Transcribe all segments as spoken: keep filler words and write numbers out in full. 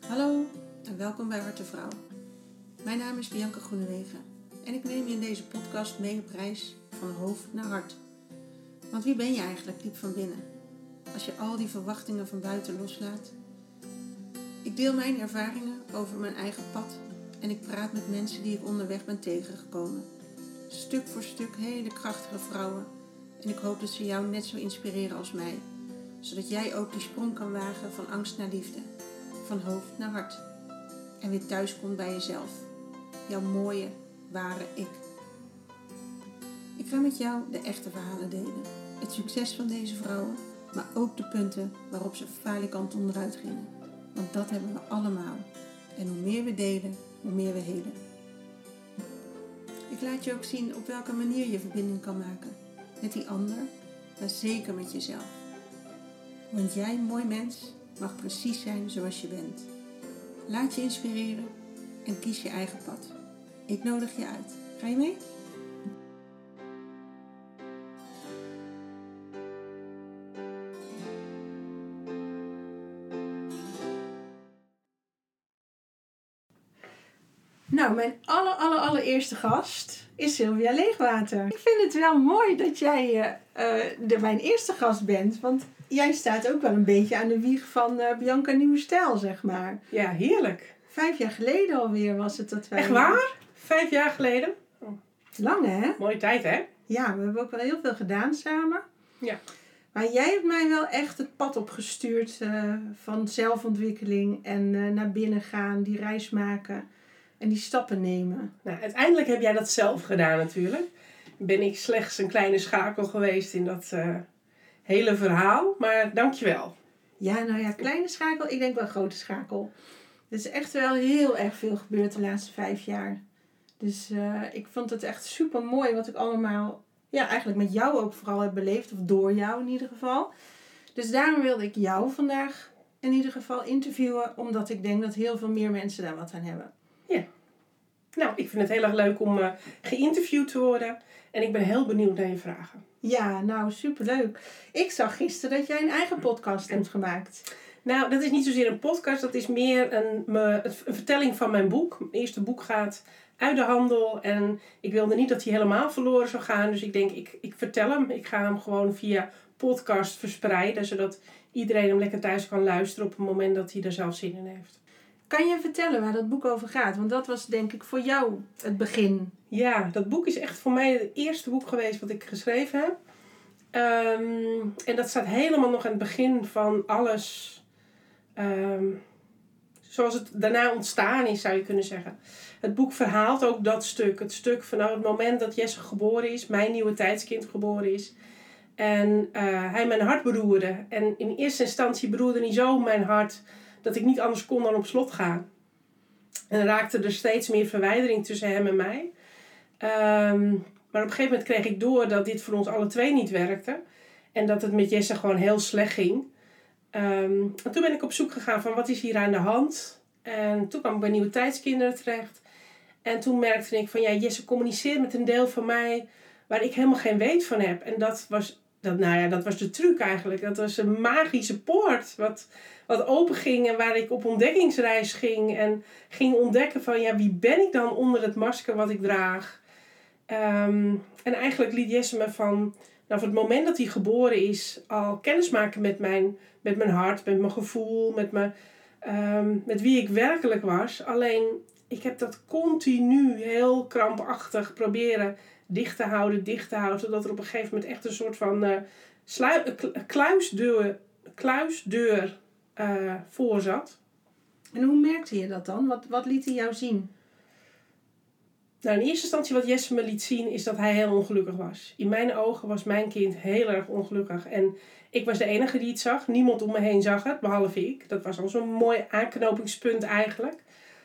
Hallo en welkom bij Hart en Vrouw. Mijn naam is Bianca Groenewegen en ik neem je in deze podcast mee op reis van hoofd naar hart. Want wie ben je eigenlijk diep van binnen, als je al die verwachtingen van buiten loslaat? Ik deel mijn ervaringen over mijn eigen pad en ik praat met mensen die ik onderweg ben tegengekomen. Stuk voor stuk hele krachtige vrouwen en ik hoop dat ze jou net zo inspireren als mij, zodat jij ook die sprong kan wagen van angst naar liefde. Van hoofd naar hart. En weer thuis komt bij jezelf. Jouw mooie, ware ik. Ik ga met jou de echte verhalen delen. Het succes van deze vrouwen. Maar ook de punten waarop ze falikant onderuit gingen. Want dat hebben we allemaal. En hoe meer we delen, hoe meer we helen. Ik laat je ook zien op welke manier je verbinding kan maken. Met die ander, maar zeker met jezelf. Want jij, mooi mens, mag precies zijn zoals je bent. Laat je inspireren en kies je eigen pad. Ik nodig je uit. Ga je mee? Nou, mijn aller, aller, allereerste gast is Sylvia Leegwater. Ik vind het wel mooi dat jij uh, uh, de, mijn eerste gast bent, want jij staat ook wel een beetje aan de wieg van uh, Bianca Nieuwe Stijl, zeg maar. Ja, heerlijk. Vijf jaar geleden alweer was het dat wij... Echt waar? Vijf jaar geleden? Oh. Lang, hè? Mooie tijd, hè? Ja, we hebben ook wel heel veel gedaan samen. Ja. Maar jij hebt mij wel echt het pad opgestuurd uh, van zelfontwikkeling en uh, naar binnen gaan, die reis maken en die stappen nemen. Nou, uiteindelijk heb jij dat zelf gedaan natuurlijk. Ben ik slechts een kleine schakel geweest in dat uh, hele verhaal, maar dankjewel. Ja, nou ja, kleine schakel, ik denk wel grote schakel. Er is echt wel heel erg veel gebeurd de laatste vijf jaar. Dus uh, ik vond het echt super mooi wat ik allemaal, ja, eigenlijk met jou ook vooral heb beleefd. Of door jou in ieder geval. Dus daarom wilde ik jou vandaag in ieder geval interviewen. Omdat ik denk dat heel veel meer mensen daar wat aan hebben. Ja. Nou, ik vind het heel erg leuk om uh, geïnterviewd te worden. En ik ben heel benieuwd naar je vragen. Ja, nou, superleuk. Ik zag gisteren dat jij een eigen podcast hebt gemaakt. Nou, dat is niet zozeer een podcast. Dat is meer een, me, een vertelling van mijn boek. Mijn eerste boek gaat uit de handel. En ik wilde niet dat hij helemaal verloren zou gaan. Dus ik denk, ik, ik vertel hem. Ik ga hem gewoon via podcast verspreiden. Zodat iedereen hem lekker thuis kan luisteren op het moment dat hij er zelf zin in heeft. Kan je vertellen waar dat boek over gaat? Want dat was denk ik voor jou het begin. Ja, dat boek is echt voor mij het eerste boek geweest wat ik geschreven heb. Um, en dat staat helemaal nog aan het begin van alles... Um, zoals het daarna ontstaan is, zou je kunnen zeggen. Het boek verhaalt ook dat stuk. Het stuk vanaf het moment dat Jesse geboren is. Mijn nieuwe tijdskind geboren is. En uh, hij mijn hart beroerde. En in eerste instantie beroerde hij zo mijn hart... dat ik niet anders kon dan op slot gaan. En er raakte er steeds meer verwijdering tussen hem en mij. Um, maar op een gegeven moment kreeg ik door dat dit voor ons alle twee niet werkte. En dat het met Jesse gewoon heel slecht ging. Um, en toen ben ik op zoek gegaan van wat is hier aan de hand. En toen kwam ik bij Nieuwe Tijdskinderen terecht. En toen merkte ik van ja, Jesse communiceert met een deel van mij waar ik helemaal geen weet van heb. En dat was, dat, nou ja, dat was de truc eigenlijk. Dat was een magische poort wat, wat open ging en waar ik op ontdekkingsreis ging. En ging ontdekken van ja, wie ben ik dan onder het masker wat ik draag. Um, en eigenlijk liet Jesse me van... Nou, van het moment dat hij geboren is, al kennismaken met mijn, met mijn hart, met mijn gevoel, met, mijn, um, met wie ik werkelijk was. Alleen, ik heb dat continu heel krampachtig proberen dicht te houden, dicht te houden. Zodat er op een gegeven moment echt een soort van uh, slui, uh, kluisdeur, kluisdeur uh, voor zat. En hoe merkte je dat dan? Wat, wat liet hij jou zien? Nou, in eerste instantie wat Jesse me liet zien is dat hij heel ongelukkig was. In mijn ogen was mijn kind heel erg ongelukkig. En ik was de enige die het zag. Niemand om me heen zag het, behalve ik. Dat was al zo'n mooi aanknopingspunt eigenlijk.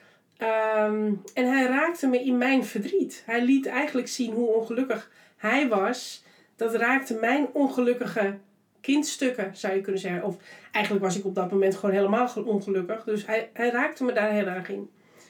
Um, en hij raakte me in mijn verdriet. Hij liet eigenlijk zien hoe ongelukkig hij was. Dat raakte mijn ongelukkige kindstukken, zou je kunnen zeggen. Of eigenlijk was ik op dat moment gewoon helemaal ongelukkig. Dus hij, hij raakte me daar heel erg in.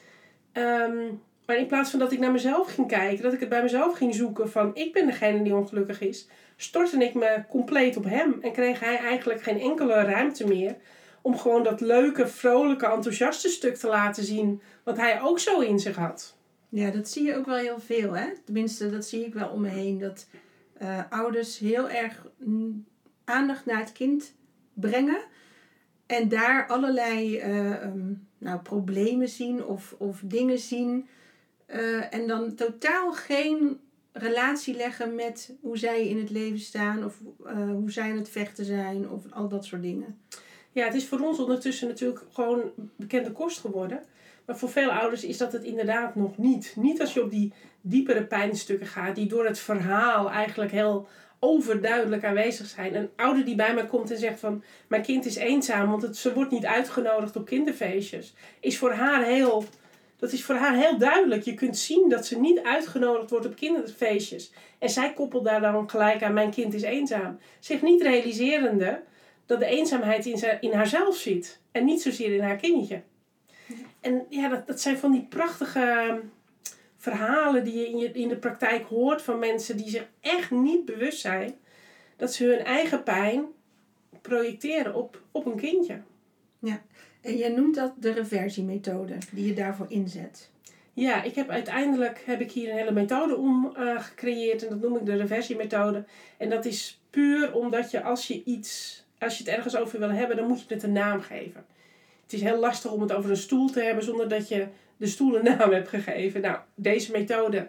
Um, Maar in plaats van dat ik naar mezelf ging kijken, dat ik het bij mezelf ging zoeken van ik ben degene die ongelukkig is, stortte ik me compleet op hem en kreeg hij eigenlijk geen enkele ruimte meer Om gewoon dat leuke, vrolijke, enthousiaste stuk te laten zien. Wat hij ook zo in zich had. Ja, dat zie je ook wel heel veel, hè? Tenminste, dat zie ik wel om me heen. Dat uh, ouders heel erg mm, aandacht naar het kind brengen. En daar allerlei uh, um, nou, problemen zien of, of dingen zien. Uh, en dan totaal geen relatie leggen met hoe zij in het leven staan. Of uh, hoe zij aan het vechten zijn. Of al dat soort dingen. Ja, het is voor ons ondertussen natuurlijk gewoon bekende kost geworden. Maar voor veel ouders is dat het inderdaad nog niet. Niet als je op die diepere pijnstukken gaat. Die door het verhaal eigenlijk heel overduidelijk aanwezig zijn. Een ouder die bij mij komt en zegt van... Mijn kind is eenzaam, want het, ze wordt niet uitgenodigd op kinderfeestjes. Is voor haar heel... Dat is voor haar heel duidelijk. Je kunt zien dat ze niet uitgenodigd wordt op kinderfeestjes. En zij koppelt daar dan gelijk aan... Mijn kind is eenzaam. Zich niet realiserende dat de eenzaamheid in, ze, in haarzelf zit. En niet zozeer in haar kindje. En ja, dat, dat zijn van die prachtige verhalen die je in, je in de praktijk hoort van mensen die zich echt niet bewust zijn dat ze hun eigen pijn projecteren op, op een kindje. Ja, en jij noemt dat de reversiemethode die je daarvoor inzet. Ja, ik heb uiteindelijk heb ik hier een hele methode om uh, gecreëerd en dat noem ik de reversiemethode. En dat is puur omdat je als je iets, als je het ergens over wil hebben, dan moet je het een naam geven. Het is heel lastig om het over een stoel te hebben zonder dat je de stoel een naam hebt gegeven. Nou, deze methode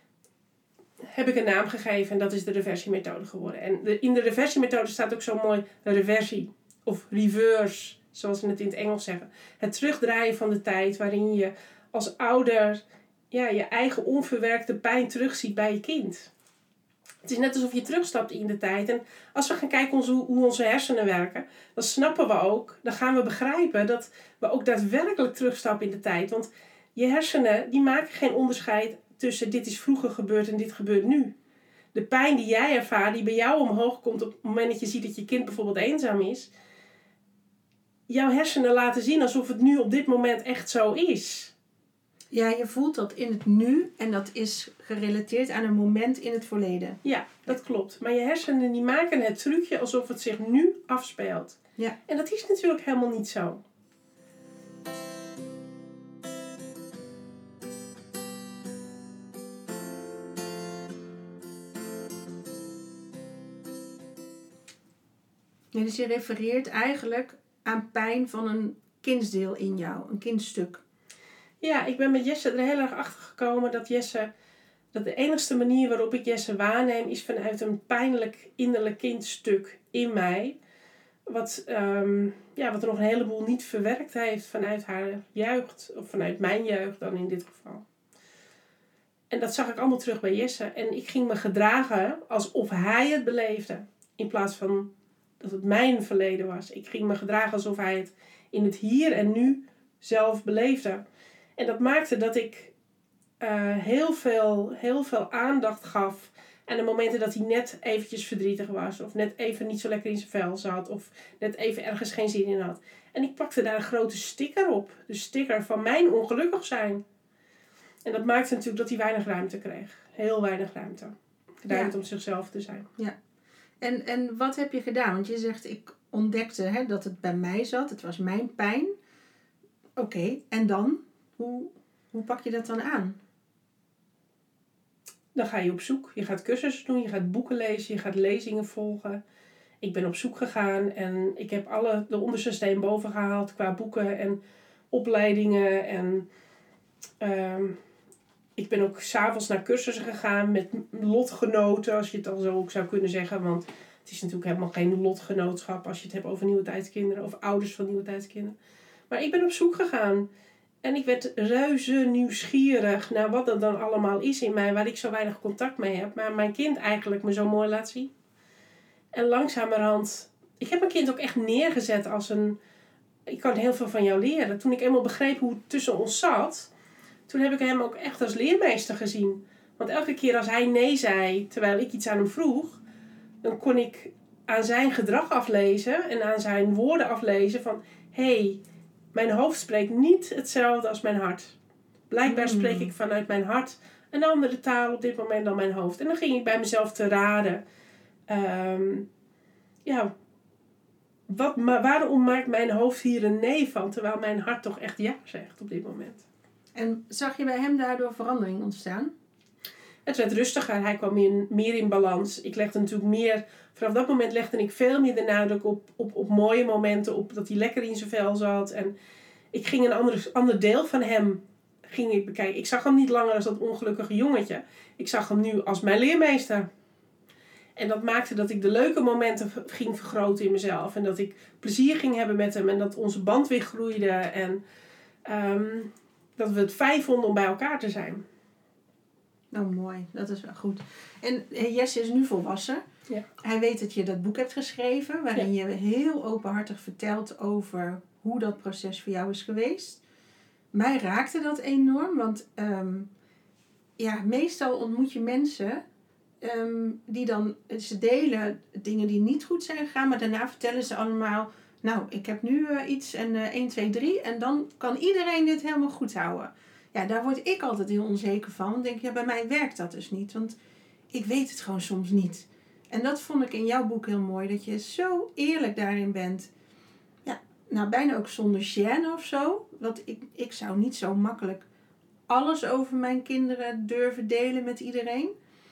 heb ik een naam gegeven en dat is de reversiemethode geworden. En de, in de reversiemethode staat ook zo mooi reversie of reverse, zoals ze het in het Engels zeggen. Het terugdraaien van de tijd waarin je als ouder ja, je eigen onverwerkte pijn terugziet bij je kind. Het is net alsof je terugstapt in de tijd. En als we gaan kijken onze, hoe onze hersenen werken, dan snappen we ook, dan gaan we begrijpen dat we ook daadwerkelijk terugstappen in de tijd. Want je hersenen, die maken geen onderscheid tussen dit is vroeger gebeurd en dit gebeurt nu. De pijn die jij ervaart, die bij jou omhoog komt op het moment dat je ziet dat je kind bijvoorbeeld eenzaam is. Jouw hersenen laten zien alsof het nu op dit moment echt zo is. Ja, je voelt dat in het nu en dat is gerelateerd aan een moment in het verleden. Ja, dat klopt. Maar je hersenen die maken het trucje alsof het zich nu afspeelt. Ja. En dat is natuurlijk helemaal niet zo. Ja, dus je refereert eigenlijk aan pijn van een kindsdeel in jou, een kindstuk. Ja, ik ben met Jesse er heel erg achter gekomen dat Jesse, dat de enigste manier waarop ik Jesse waarneem is vanuit een pijnlijk innerlijk kindstuk in mij. Wat, um, ja, wat er nog een heleboel niet verwerkt heeft vanuit haar jeugd, of vanuit mijn jeugd dan in dit geval. En dat zag ik allemaal terug bij Jesse. En ik ging me gedragen alsof hij het beleefde, in plaats van dat het mijn verleden was. Ik ging me gedragen alsof hij het in het hier en nu zelf beleefde. En dat maakte dat ik uh, heel, veel, heel veel aandacht gaf aan de momenten dat hij net eventjes verdrietig was. Of net even niet zo lekker in zijn vel zat. Of net even ergens geen zin in had. En ik pakte daar een grote sticker op. De sticker van mijn ongelukkig zijn. En dat maakte natuurlijk dat hij weinig ruimte kreeg. Heel weinig ruimte. Ruimte Ja. om zichzelf te zijn. Ja. En, en wat heb je gedaan? Want je zegt, ik ontdekte hè, dat het bij mij zat. Het was mijn pijn. Oké, okay. En dan? Hoe, hoe pak je dat dan aan? Dan ga je op zoek. Je gaat cursussen doen, je gaat boeken lezen, je gaat lezingen volgen. Ik ben op zoek gegaan en ik heb alle de onderste steen boven gehaald qua boeken en opleidingen. En um, ik ben ook 's avonds naar cursussen gegaan met lotgenoten, als je het al zo ook zou kunnen zeggen. Want het is natuurlijk helemaal geen lotgenootschap als je het hebt over nieuwe tijdskinderen of ouders van nieuwe tijdskinderen. Maar ik ben op zoek gegaan. En ik werd reuze nieuwsgierig naar wat dat dan allemaal is in mij, waar ik zo weinig contact mee heb. Maar mijn kind eigenlijk me zo mooi laat zien. En langzamerhand, ik heb mijn kind ook echt neergezet als een, ik kan heel veel van jou leren. Toen ik eenmaal begreep hoe het tussen ons zat, toen heb ik hem ook echt als leermeester gezien. Want elke keer als hij nee zei, terwijl ik iets aan hem vroeg, dan kon ik aan zijn gedrag aflezen en aan zijn woorden aflezen van, hé, hey, mijn hoofd spreekt niet hetzelfde als mijn hart. Blijkbaar Mm. spreek ik vanuit mijn hart een andere taal op dit moment dan mijn hoofd. En dan ging ik bij mezelf te raden. Um, ja, wat, maar waarom maakt mijn hoofd hier een nee van, terwijl mijn hart toch echt ja zegt op dit moment? En zag je bij hem daardoor verandering ontstaan? Het werd rustiger, hij kwam in, meer in balans. Ik legde natuurlijk meer, vanaf dat moment legde ik veel meer de nadruk op, op, op mooie momenten, op dat hij lekker in zijn vel zat. En ik ging een ander, ander deel van hem ging ik bekijken. Ik zag hem niet langer als dat ongelukkige jongetje. Ik zag hem nu als mijn leermeester. En dat maakte dat ik de leuke momenten ging vergroten in mezelf. En dat ik plezier ging hebben met hem. En dat onze band weer groeide. En um, dat we het fijn vonden om bij elkaar te zijn. Nou, mooi. Dat is wel goed. En Jesse is nu volwassen. Ja. Hij weet dat je dat boek hebt geschreven. Waarin ja. je heel openhartig vertelt over hoe dat proces voor jou is geweest. Mij raakte dat enorm. Want um, ja, meestal ontmoet je mensen um, die dan, ze delen dingen die niet goed zijn gegaan. Maar daarna vertellen ze allemaal, nou, ik heb nu uh, iets en uh, één, twee, drie. En dan kan iedereen dit helemaal goed houden. Ja, daar word ik altijd heel onzeker van. Want ik denk, ja, bij mij werkt dat dus niet. Want ik weet het gewoon soms niet. En dat vond ik in jouw boek heel mooi. Dat je zo eerlijk daarin bent. Ja, nou bijna ook zonder gêne of zo. Want ik, ik zou niet zo makkelijk alles over mijn kinderen durven delen met iedereen.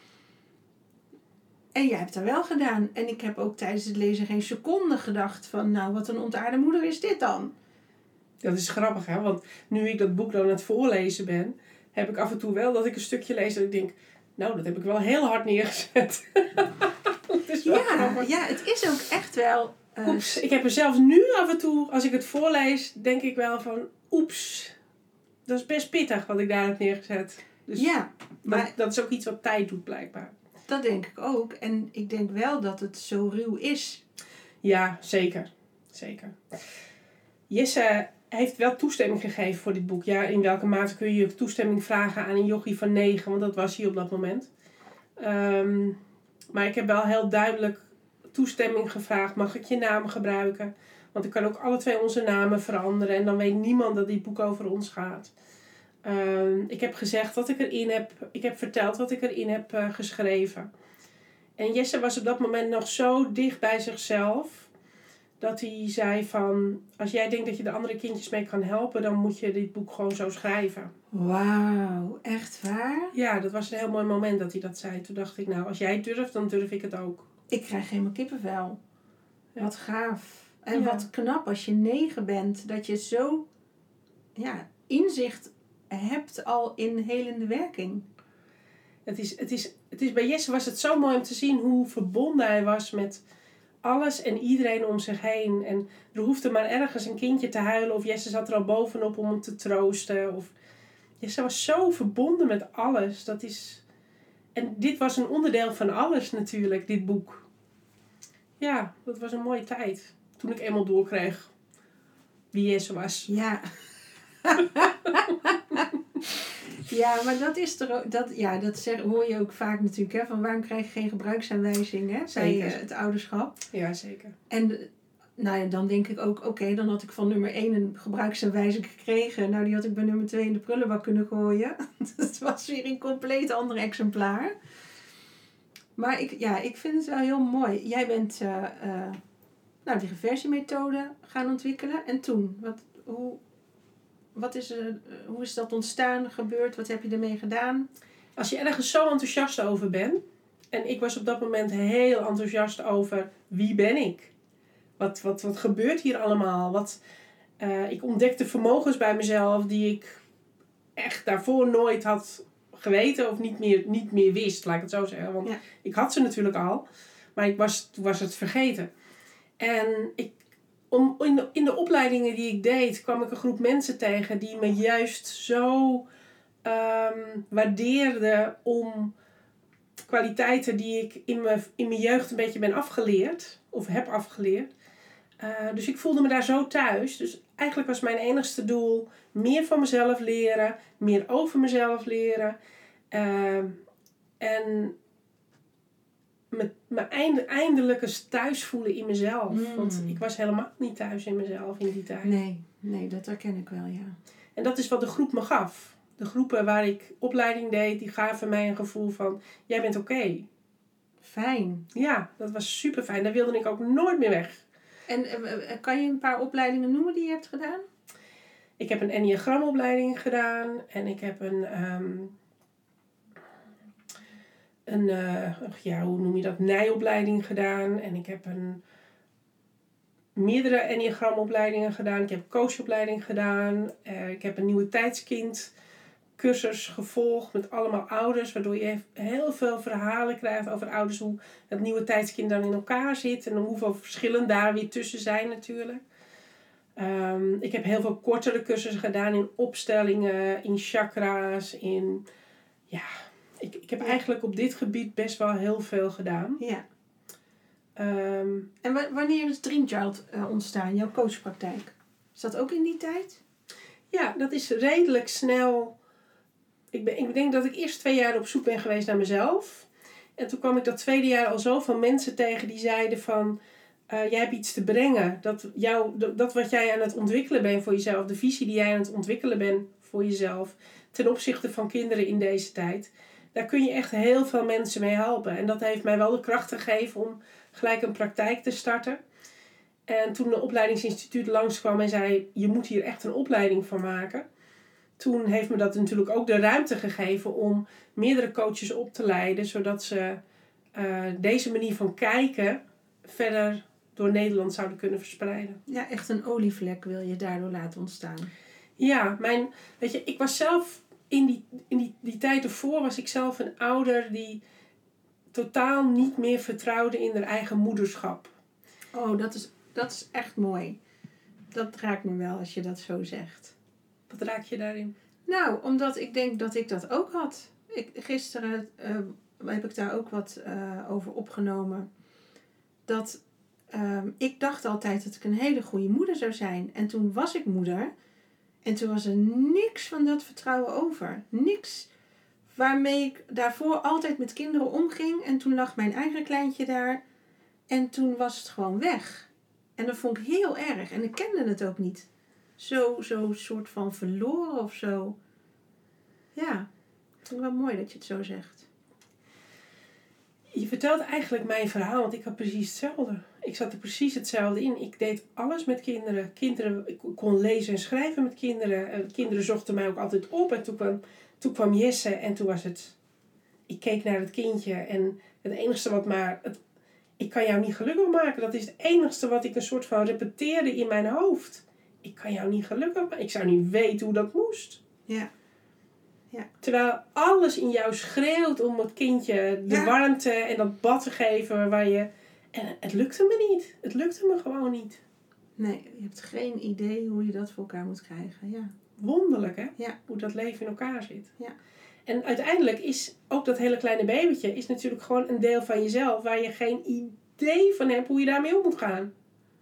En jij hebt dat wel gedaan. En ik heb ook tijdens het lezen geen seconde gedacht van, nou, wat een ontaarde moeder is dit dan? Dat is grappig, hè? Want nu ik dat boek dan aan het voorlezen ben, heb ik af en toe wel dat ik een stukje lees dat ik denk, nou, dat heb ik wel heel hard neergezet. is wel ja, ja, het is ook echt wel... Uh, oeps, ik heb er zelfs nu af en toe, als ik het voorlees, denk ik wel van, oeps, dat is best pittig wat ik daar heb neergezet. Dus ja, maar dat, dat is ook iets wat tijd doet, blijkbaar. Dat denk ik ook. En ik denk wel dat het zo ruw is. Ja, zeker. Zeker. Jesse heeft wel toestemming gegeven voor dit boek. Ja, in welke mate kun je toestemming vragen aan een jochie van negen? Want dat was hij op dat moment. Um, maar ik heb wel heel duidelijk toestemming gevraagd. Mag ik je naam gebruiken? Want ik kan ook alle twee onze namen veranderen. En dan weet niemand dat dit boek over ons gaat. Um, ik heb gezegd wat ik erin heb. Ik heb verteld wat ik erin heb uh, geschreven. En Jesse was op dat moment nog zo dicht bij zichzelf. Dat hij zei van, als jij denkt dat je de andere kindjes mee kan helpen, dan moet je dit boek gewoon zo schrijven. Wauw, echt waar? Ja, dat was een heel mooi moment dat hij dat zei. Toen dacht ik, nou, als jij het durft, dan durf ik het ook. Ik krijg helemaal kippenvel. Ja. Wat gaaf. En ja. wat knap als je negen bent, dat je zo ja, inzicht hebt al in helende werking. Het is, het is, het is, bij Jesse was het zo mooi om te zien hoe verbonden hij was met alles en iedereen om zich heen. En er hoefde maar ergens een kindje te huilen of Jesse zat er al bovenop om hem te troosten. Of Jesse was zo verbonden met alles. Dat is... En dit was een onderdeel van alles natuurlijk, dit boek. Ja, dat was een mooie tijd. Toen ik eenmaal doorkreeg wie Jesse was. Ja. Ja, maar dat is er ook, dat, ja, dat zeg, hoor je ook vaak natuurlijk, hè, van waarom krijg je geen gebruiksaanwijzing, hè, bij uh, het ouderschap. Ja, zeker. En nou ja, dan denk ik ook, oké, okay, dan had ik van nummer één een gebruiksaanwijzing gekregen. Nou, die had ik bij nummer twee in de prullenbak kunnen gooien. Dat was weer een compleet ander exemplaar. Maar ik, ja, ik vind het wel heel mooi. Jij bent uh, uh, nou, die reversiemethode gaan ontwikkelen. En toen, wat, hoe... Wat is er, hoe is dat ontstaan, gebeurd? Wat heb je ermee gedaan? Als je ergens zo enthousiast over bent. En ik was op dat moment heel enthousiast over wie ben ik? Wat, wat, wat gebeurt hier allemaal? Wat, uh, ik ontdekte vermogens bij mezelf die ik echt daarvoor nooit had geweten of niet meer, niet meer wist. Laat ik het zo zeggen. Want ja. ik had ze natuurlijk al. Maar ik was, toen was het vergeten. En ik Om, in, de, in de opleidingen die ik deed, kwam ik een groep mensen tegen die me juist zo um, waardeerden om kwaliteiten die ik in mijn, in mijn jeugd een beetje ben afgeleerd, of heb afgeleerd. Uh, dus ik voelde me daar zo thuis. Dus eigenlijk was mijn enigste doel meer van mezelf leren, meer over mezelf leren. Uh, en me, me eind, eindelijk eens thuis voelen in mezelf. Mm. Want ik was helemaal niet thuis in mezelf in die tijd. Nee, nee, dat herken ik wel, ja. En dat is wat de groep me gaf. De groepen waar ik opleiding deed, die gaven mij een gevoel van, jij bent oké. Okay. Fijn. Ja, dat was super fijn. Daar wilde ik ook nooit meer weg. En uh, kan je een paar opleidingen noemen die je hebt gedaan? Ik heb een enneagramopleiding gedaan. En ik heb een... Um, een uh, ja, hoe noem je dat? Nijopleiding gedaan. En ik heb een... meerdere enneagramopleidingen gedaan. Ik heb een coachopleiding gedaan. Uh, ik heb een nieuwe tijdskind cursus gevolgd met allemaal ouders. Waardoor je heel veel verhalen krijgt over ouders. Hoe het nieuwe tijdskind dan in elkaar zit. En hoeveel verschillen daar weer tussen zijn natuurlijk. Um, ik heb heel veel kortere cursussen gedaan in opstellingen, in chakra's, in... Ja, ik, ik heb ja. eigenlijk op dit gebied best wel heel veel gedaan. Ja. Um, en w- wanneer is Dream Child uh, ontstaan, jouw coachpraktijk? Is dat ook in die tijd? Ja, dat is redelijk snel. Ik, ben, ik denk dat ik eerst twee jaar op zoek ben geweest naar mezelf. En toen kwam ik dat tweede jaar al zoveel mensen tegen die zeiden van... Uh, jij hebt iets te brengen. Dat, jou, dat, dat wat jij aan het ontwikkelen bent voor jezelf. De visie die jij aan het ontwikkelen bent voor jezelf. Ten opzichte van kinderen in deze tijd. Daar kun je echt heel veel mensen mee helpen. En dat heeft mij wel de kracht gegeven om gelijk een praktijk te starten. En toen een opleidingsinstituut langskwam en zei... je moet hier echt een opleiding van maken. Toen heeft me dat natuurlijk ook de ruimte gegeven om meerdere coaches op te leiden. Zodat ze uh, deze manier van kijken verder door Nederland zouden kunnen verspreiden. Ja, echt een olievlek wil je daardoor laten ontstaan. Ja, mijn, weet je, ik was zelf in die, in die, die tijd ervoor was ik zelf een ouder die totaal niet meer vertrouwde in haar eigen moederschap. Oh, dat is, dat is echt mooi. Dat raakt me wel als je dat zo zegt. Wat raak je daarin? Nou, omdat ik denk dat ik dat ook had. Ik, gisteren uh, heb ik daar ook wat uh, over opgenomen. Dat um, ik dacht altijd dat ik een hele goede moeder zou zijn. En toen was ik moeder. En toen was er niks van dat vertrouwen over. Niks waarmee ik daarvoor altijd met kinderen omging. En toen lag mijn eigen kleintje daar. En toen was het gewoon weg. En dat vond ik heel erg. En ik kende het ook niet. Zo, zo soort van verloren of zo. Ja, ik vind het wel mooi dat je het zo zegt. Je vertelt eigenlijk mijn verhaal, want ik had precies hetzelfde. Ik zat er precies hetzelfde in. Ik deed alles met kinderen. kinderen ik kon lezen en schrijven met kinderen. Kinderen zochten mij ook altijd op. En toen kwam, toen kwam Jesse en toen was het... Ik keek naar het kindje en het enigste wat maar... Het, ik kan jou niet gelukkig maken. Dat is het enigste wat ik een soort van repeteerde in mijn hoofd. Ik kan jou niet gelukkig maken. Ik zou niet weten hoe dat moest. Ja. Ja. Terwijl alles in jou schreeuwt om het kindje de ja. warmte en dat bad te geven waar je... En het lukte me niet. Het lukte me gewoon niet. Nee, je hebt geen idee hoe je dat voor elkaar moet krijgen. Ja. Wonderlijk, hè? Ja. Hoe dat leven in elkaar zit. Ja. En uiteindelijk is ook dat hele kleine babytje is natuurlijk gewoon een deel van jezelf waar je geen idee van hebt hoe je daarmee om moet gaan.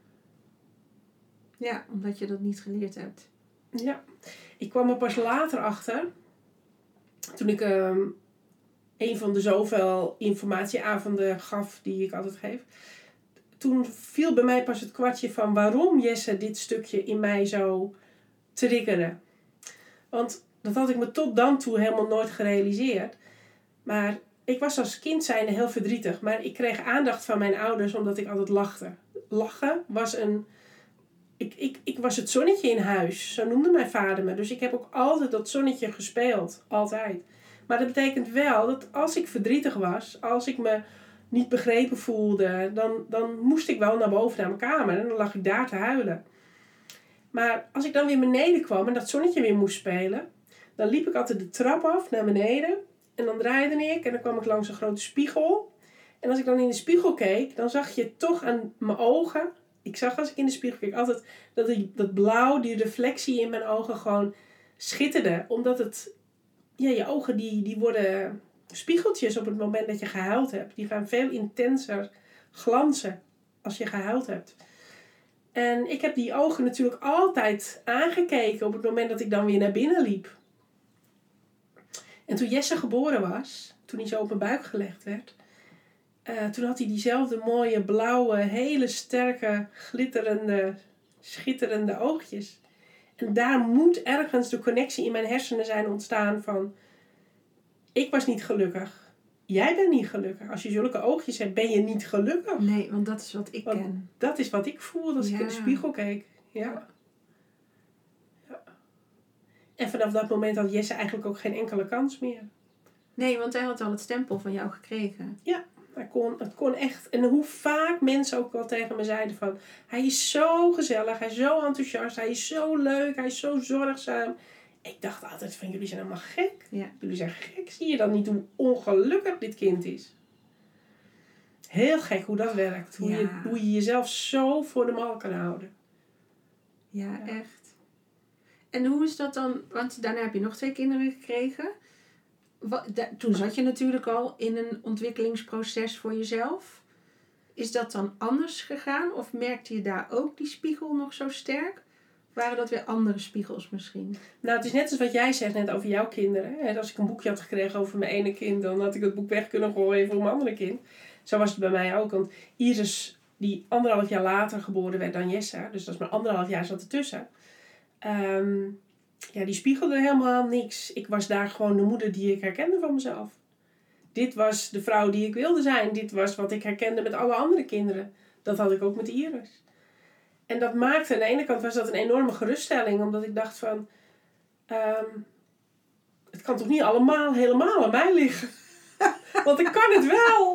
Ja, omdat je dat niet geleerd hebt. Ja. Ik kwam er pas later achter... Toen ik um, een van de zoveel informatieavonden gaf die ik altijd geef. Toen viel bij mij pas het kwartje van waarom Jesse dit stukje in mij zo triggerde. Want dat had ik me tot dan toe helemaal nooit gerealiseerd. Maar ik was als kind zijnde heel verdrietig. Maar ik kreeg aandacht van mijn ouders omdat ik altijd lachte. Lachen was een... Ik, ik, ik was het zonnetje in huis. Zo noemde mijn vader me. Dus ik heb ook altijd dat zonnetje gespeeld. Altijd. Maar dat betekent wel dat als ik verdrietig was. Als ik me niet begrepen voelde. Dan, dan moest ik wel naar boven naar mijn kamer. En dan lag ik daar te huilen. Maar als ik dan weer beneden kwam. En dat zonnetje weer moest spelen. Dan liep ik altijd de trap af naar beneden. En dan draaide ik. En dan kwam ik langs een grote spiegel. En als ik dan in de spiegel keek. Dan zag je toch aan mijn ogen... Ik zag als ik in de spiegel keek altijd dat die, dat blauw, die reflectie in mijn ogen gewoon schitterde. Omdat het, ja, je ogen die, die worden spiegeltjes op het moment dat je gehuild hebt. Die gaan veel intenser glanzen als je gehuild hebt. En ik heb die ogen natuurlijk altijd aangekeken op het moment dat ik dan weer naar binnen liep. En toen Jesse geboren was, toen hij zo op mijn buik gelegd werd... Uh, toen had hij diezelfde mooie, blauwe, hele sterke, glitterende, schitterende oogjes. En daar moet ergens de connectie in mijn hersenen zijn ontstaan van... Ik was niet gelukkig. jij bent niet gelukkig. Als je zulke oogjes hebt, ben je niet gelukkig. Nee, want dat is wat ik Want ken. dat is wat ik voelde als Ja. ik in de spiegel keek. Ja. ja. En vanaf dat moment had Jesse eigenlijk ook geen enkele kans meer. Nee, want hij had al het stempel van jou gekregen. Hij kon, het kon echt. En hoe vaak mensen ook wel tegen me zeiden van... Hij is zo gezellig, hij is zo enthousiast, hij is zo leuk, hij is zo zorgzaam. Ik dacht altijd van, jullie zijn helemaal gek. Ja. Jullie zijn gek. Zie je dan niet hoe ongelukkig dit kind is? Heel gek hoe dat werkt. Hoe, Ja. je, hoe je jezelf zo voor de mal kan houden. Ja, Ja. echt. En hoe is dat dan? Want daarna heb je nog twee kinderen gekregen. Wat, da, toen zat je natuurlijk al in een ontwikkelingsproces voor jezelf. Is dat dan anders gegaan? Of merkte je daar ook die spiegel nog zo sterk? Waren dat weer andere spiegels misschien? Nou, het is net als wat jij zegt net over jouw kinderen. Hè? Als ik een boekje had gekregen over mijn ene kind, dan had ik het boek weg kunnen gooien voor mijn andere kind. Zo was het bij mij ook. Want Iris, die anderhalf jaar later geboren werd dan Jesse, dus dat is maar anderhalf jaar zat ertussen. Um, ja, die spiegelde helemaal niks. Ik was daar gewoon de moeder die ik herkende van mezelf. Dit was de vrouw die ik wilde zijn. Dit was wat ik herkende met alle andere kinderen. Dat had ik ook met Iris. En dat maakte, aan de ene kant was dat een enorme geruststelling. Omdat ik dacht van... Um, het kan toch niet allemaal helemaal aan mij liggen. Want ik kan het wel.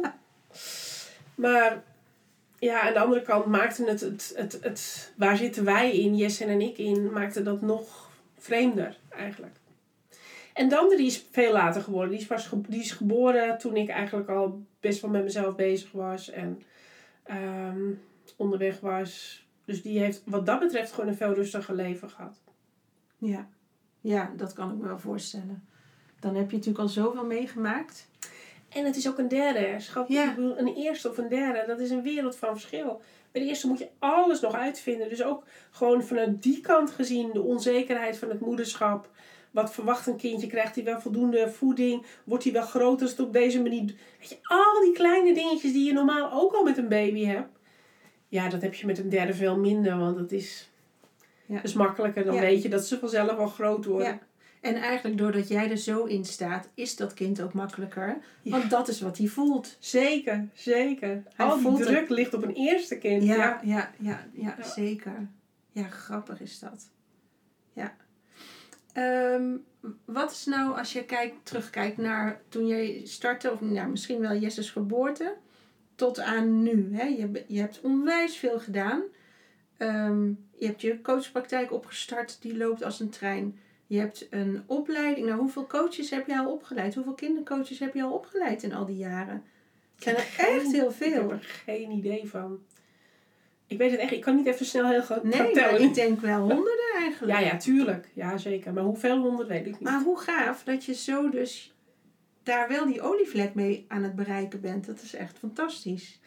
Maar ja, aan de andere kant maakte het, het, het, het... Waar zitten wij in, Jesse en ik in, maakte dat nog vreemder eigenlijk. En de andere die is veel later geworden. Die is, pas ge- die is geboren toen ik eigenlijk al best wel met mezelf bezig was. En um, onderweg was. Dus die heeft wat dat betreft gewoon een veel rustiger leven gehad. Ja. Ja, dat kan ik me wel voorstellen. Dan heb je natuurlijk al zoveel meegemaakt. En het is ook een derde. Schat, Ja. ik bedoel, een eerste of een derde, dat is een wereld van verschil. Bij de eerste moet je alles nog uitvinden. Dus ook gewoon vanuit die kant gezien, de onzekerheid van het moederschap. Wat verwacht een kindje? Krijgt hij wel voldoende voeding? Wordt hij wel groter als het op deze manier... Weet je, al die kleine dingetjes die je normaal ook al met een baby hebt. Ja, dat heb je met een derde veel minder, want dat is, Ja. dat is makkelijker. Dan Ja. weet je dat ze vanzelf al groot worden. Ja. En eigenlijk doordat jij er zo in staat, is dat kind ook makkelijker. Ja. Want dat is wat hij voelt. Zeker, zeker. Hij Al die voelt druk ligt op een eerste kind. Ja, Ja. ja, ja, ja, Ja. zeker. Ja, grappig is dat. Ja. Ehm, wat is nou, als je kijkt, terugkijkt naar toen jij startte, of nou, misschien wel Jesse's geboorte, tot aan nu. Hè? Je, be- je hebt onwijs veel gedaan. Ehm, je hebt je coachpraktijk opgestart, die loopt als een trein. Je hebt een opleiding. Nou, hoeveel coaches heb je al opgeleid? Hoeveel kindercoaches heb je al opgeleid in al die jaren? Het zijn er echt heel Ik heb veel. er geen idee van. Ik weet het echt. Ik kan niet even snel heel goed Nee, gaan maar tellen. ik denk wel honderden eigenlijk. Ja, ja, tuurlijk. Ja, zeker. Maar hoeveel honderd weet ik niet. Maar hoe gaaf dat je zo dus daar wel die olievlek mee aan het bereiken bent. Dat is echt fantastisch.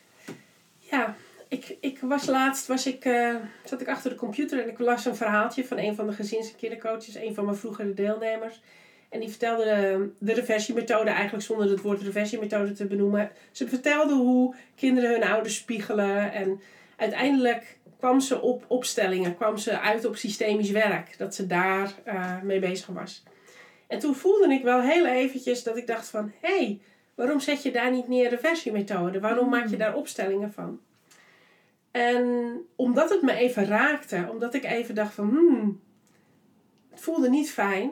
Ja, ik, ik was laatst, was ik, uh, zat ik achter de computer en ik las een verhaaltje van een van de gezins- en kindercoaches, een van mijn vroegere deelnemers. En die vertelde de, de reversiemethode, eigenlijk zonder het woord reversiemethode te benoemen. Ze vertelde hoe kinderen hun ouders spiegelen en uiteindelijk kwam ze op opstellingen, kwam ze uit op systemisch werk, dat ze daar uh, mee bezig was. En toen voelde ik wel heel eventjes dat ik dacht van, hé, hey, waarom zet je daar niet neer reversiemethode? Waarom Mm. maak je daar opstellingen van? En omdat het me even raakte, omdat ik even dacht van, hmm, het voelde niet fijn,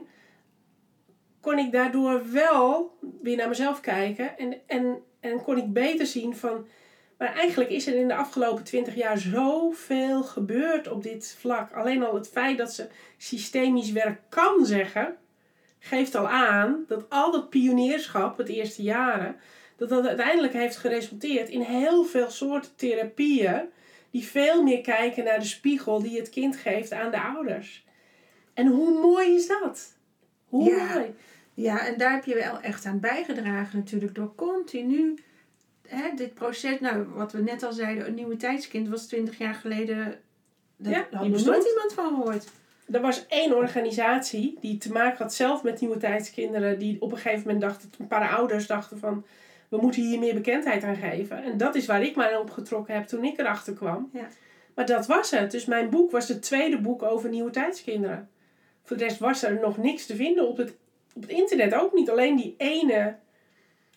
kon ik daardoor wel weer naar mezelf kijken en, en, en kon ik beter zien van, maar eigenlijk is er in de afgelopen twintig jaar zoveel gebeurd op dit vlak. Alleen al het feit dat ze systemisch werk kan zeggen, geeft al aan dat al dat pionierschap, het eerste jaren, dat dat uiteindelijk heeft geresulteerd in heel veel soorten therapieën die veel meer kijken naar de spiegel die het kind geeft aan de ouders. En hoe mooi is dat? Hoe Ja. mooi. Ja, en daar heb je wel echt aan bijgedragen natuurlijk door continu hè, dit proces. Nou, wat we net al zeiden, een nieuwe tijdskind was twintig jaar geleden. Daar Ja, had die nog bestond. nooit iemand van gehoord. Er was één organisatie die te maken had zelf met nieuwe tijdskinderen, die op een gegeven moment dachten, een paar ouders dachten van, we moeten hier meer bekendheid aan geven. En dat is waar ik mij op getrokken heb toen ik erachter kwam. Ja. Maar dat was het. Dus mijn boek was het tweede boek over nieuwe tijdskinderen. Voor de rest was er nog niks te vinden op het, op het internet ook niet. Alleen die ene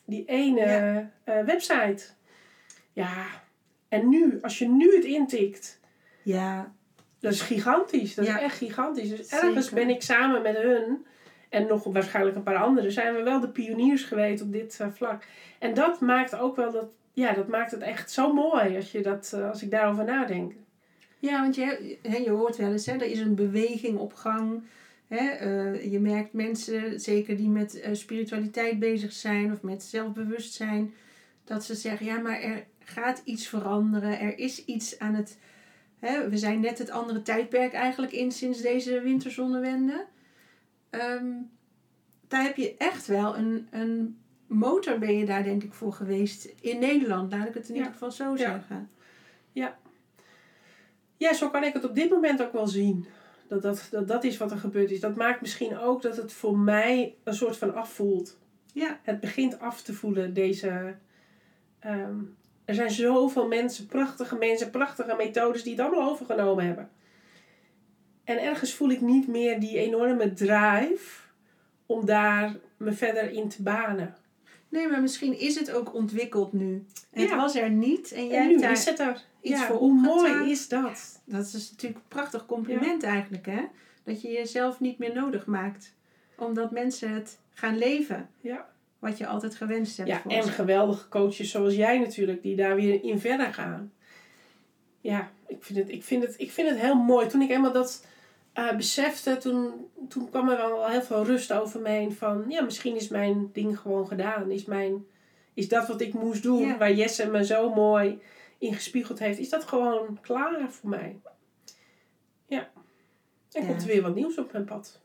Die ene Ja. uh, website. Ja, en nu, als je nu het intikt, Ja, dat is gigantisch. Dat Ja. is echt gigantisch. Dus Zeker. ergens ben ik samen met hun, en nog waarschijnlijk een paar anderen, zijn we wel de pioniers geweest op dit uh, vlak. En dat maakt ook wel dat, ja, dat maakt het echt zo mooi als, je dat, uh, als ik daarover nadenk. Ja, want je, he, je hoort wel eens, hè, er is een beweging op gang. Hè, uh, je merkt mensen, zeker die met uh, spiritualiteit bezig zijn of met zelfbewustzijn, dat ze zeggen, ja, maar er gaat iets veranderen. Er is iets aan het... Hè, we zijn net het andere tijdperk eigenlijk in sinds deze winterzonnewende. Um, daar heb je echt wel een, een motor ben je daar denk ik voor geweest in Nederland. Laat ik het in Ja. ieder geval zo Ja. zeggen. Ja. Ja, zo kan ik het op dit moment ook wel zien. Dat dat, dat dat is wat er gebeurd is. Dat maakt misschien ook dat het voor mij een soort van afvoelt. Ja. Het begint af te voelen, deze... Um, er zijn zoveel mensen, prachtige mensen, prachtige methodes die het allemaal overgenomen hebben. En ergens voel ik niet meer die enorme drive om daar me verder in te banen. Nee, maar misschien is het ook ontwikkeld nu. En Ja. Het was er niet en jij En nu hebt daar is het er. iets Ja, voor hoe opgetuigd. mooi is dat? Dat is natuurlijk een prachtig compliment eigenlijk, hè? Dat je jezelf niet meer nodig maakt. Omdat mensen het gaan leven. Ja. Wat je altijd gewenst hebt Ja, voor en ze. geweldige coaches zoals jij natuurlijk, die daar weer in verder gaan. Ja, ik vind het, ik vind het, ik vind het heel mooi. Toen ik eenmaal dat uh, besefte, toen, toen kwam er wel heel veel rust over me heen. Van, ja, misschien is mijn ding gewoon gedaan. Is, mijn, is dat wat ik moest doen, Ja. waar Jesse me zo mooi in gespiegeld heeft, is dat gewoon klaar voor mij. Ja. En Ja. komt er weer wat nieuws op mijn pad.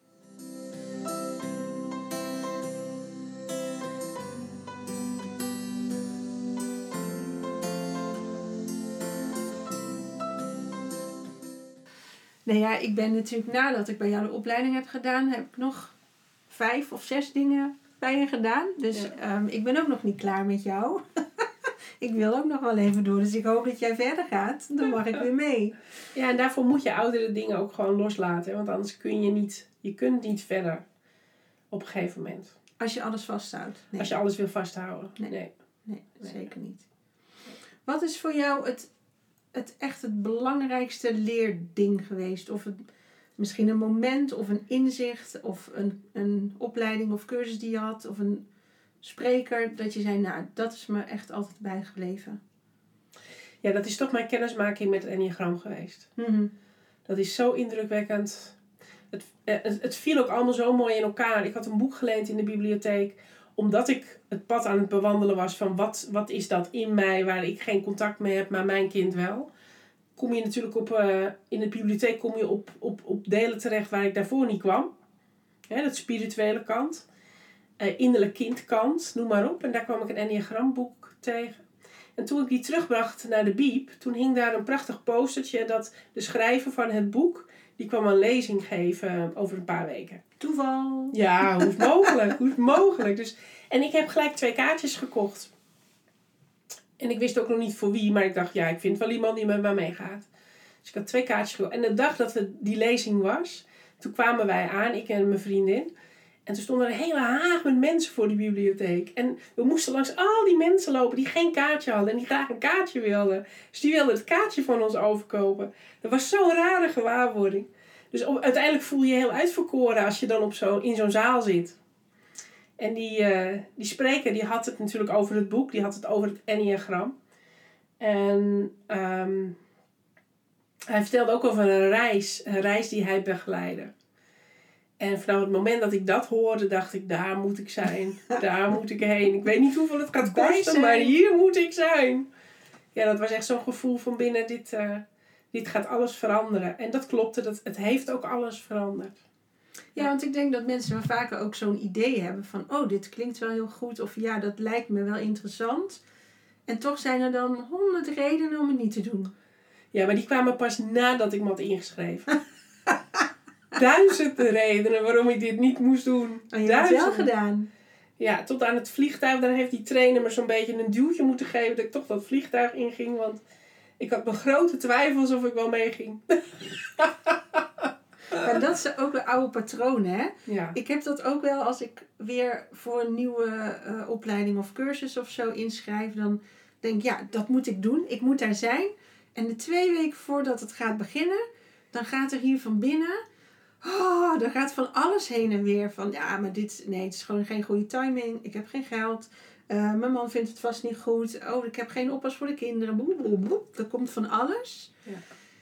Nou ja, ik ben natuurlijk nadat ik bij jou de opleiding heb gedaan, heb ik nog vijf of zes dingen bij je gedaan. Dus Ja. um, ik ben ook nog niet klaar met jou. Ik wil ook nog wel even door, dus ik hoop dat jij verder gaat. Dan mag ik weer mee. Ja, en daarvoor moet je oudere dingen ook gewoon loslaten. Hè? Want anders kun je niet, je kunt niet verder op een gegeven moment. Als je alles vasthoudt. Nee, Als je alles wil vasthouden. Nee. Nee. nee, Nee. zeker niet. Wat is voor jou het, het echt het belangrijkste leerding geweest? Of het, misschien een moment of een inzicht of een, een opleiding of cursus die je had of een spreker dat je zei, nou, dat is me echt altijd bijgebleven. Ja, dat is toch mijn kennismaking met het enneagram geweest. Mm-hmm. Dat is zo indrukwekkend. Het, het, het viel ook allemaal zo mooi in elkaar. Ik had een boek geleend in de bibliotheek. Omdat ik het pad aan het bewandelen was van wat, wat is dat in mij waar ik geen contact mee heb, maar mijn kind wel. Kom je natuurlijk op, uh, in de bibliotheek kom je op, op, op delen terecht waar ik daarvoor niet kwam. Hè, dat spirituele kant. Uh, innerlijk kindkant, noem maar op. En daar kwam ik een enneagramboek tegen. En toen ik die terugbracht naar de bieb, toen hing daar een prachtig postertje dat de schrijver van het boek, die kwam een lezing geven over een paar weken. Toeval. Ja, hoe is het mogelijk? Hoe is het mogelijk? Dus, en ik heb gelijk twee kaartjes gekocht. En ik wist ook nog niet voor wie, maar ik dacht, ja, ik vind wel iemand die met mij meegaat. Dus ik had twee kaartjes gekocht. En de dag dat het die lezing was, toen kwamen wij aan, ik en mijn vriendin. En toen stond er een hele haag met mensen voor die bibliotheek. En we moesten langs al die mensen lopen die geen kaartje hadden. En die graag een kaartje wilden. Dus die wilden het kaartje van ons overkopen. Dat was zo'n rare gewaarwording. Dus op, uiteindelijk voel je je heel uitverkoren als je dan op zo, in zo'n zaal zit. En die, uh, die spreker die had het natuurlijk over het boek. Die had het over het enneagram. En um, hij vertelde ook over een reis. Een reis die hij begeleidde. En vanaf het moment dat ik dat hoorde, dacht ik, daar moet ik zijn. Daar moet ik heen. Ik weet niet hoeveel het gaat kosten, maar hier moet ik zijn. Ja, dat was echt zo'n gevoel van binnen, dit, uh, dit gaat alles veranderen. En dat klopte, dat, het heeft ook alles veranderd. Ja, want ik denk dat mensen wel vaker ook zo'n idee hebben van, oh, dit klinkt wel heel goed. Of ja, dat lijkt me wel interessant. En toch zijn er dan honderd redenen om het niet te doen. Ja, maar die kwamen pas nadat ik me had ingeschreven. Duizenden redenen waarom ik dit niet moest doen. Oh, je hebt het wel gedaan. Ja, tot aan het vliegtuig. Daar heeft die trainer me zo'n beetje een duwtje moeten geven dat ik toch dat vliegtuig inging. Want ik had mijn grote twijfels of ik wel meeging. Maar dat zijn ook weer oude patronen, hè? Ja. Ik heb dat ook wel als ik weer voor een nieuwe uh, opleiding of cursus of zo inschrijf. Dan denk ik, ja, dat moet ik doen. Ik moet daar zijn. En de twee weken voordat het gaat beginnen, dan gaat er hier van binnen... Oh, er gaat van alles heen en weer. Van, ja, maar dit, nee, het is gewoon geen goede timing. Ik heb geen geld. Uh, mijn man vindt het vast niet goed. Oh, ik heb geen oppas voor de kinderen. Boep, boep, boep. Er komt van alles. Ja.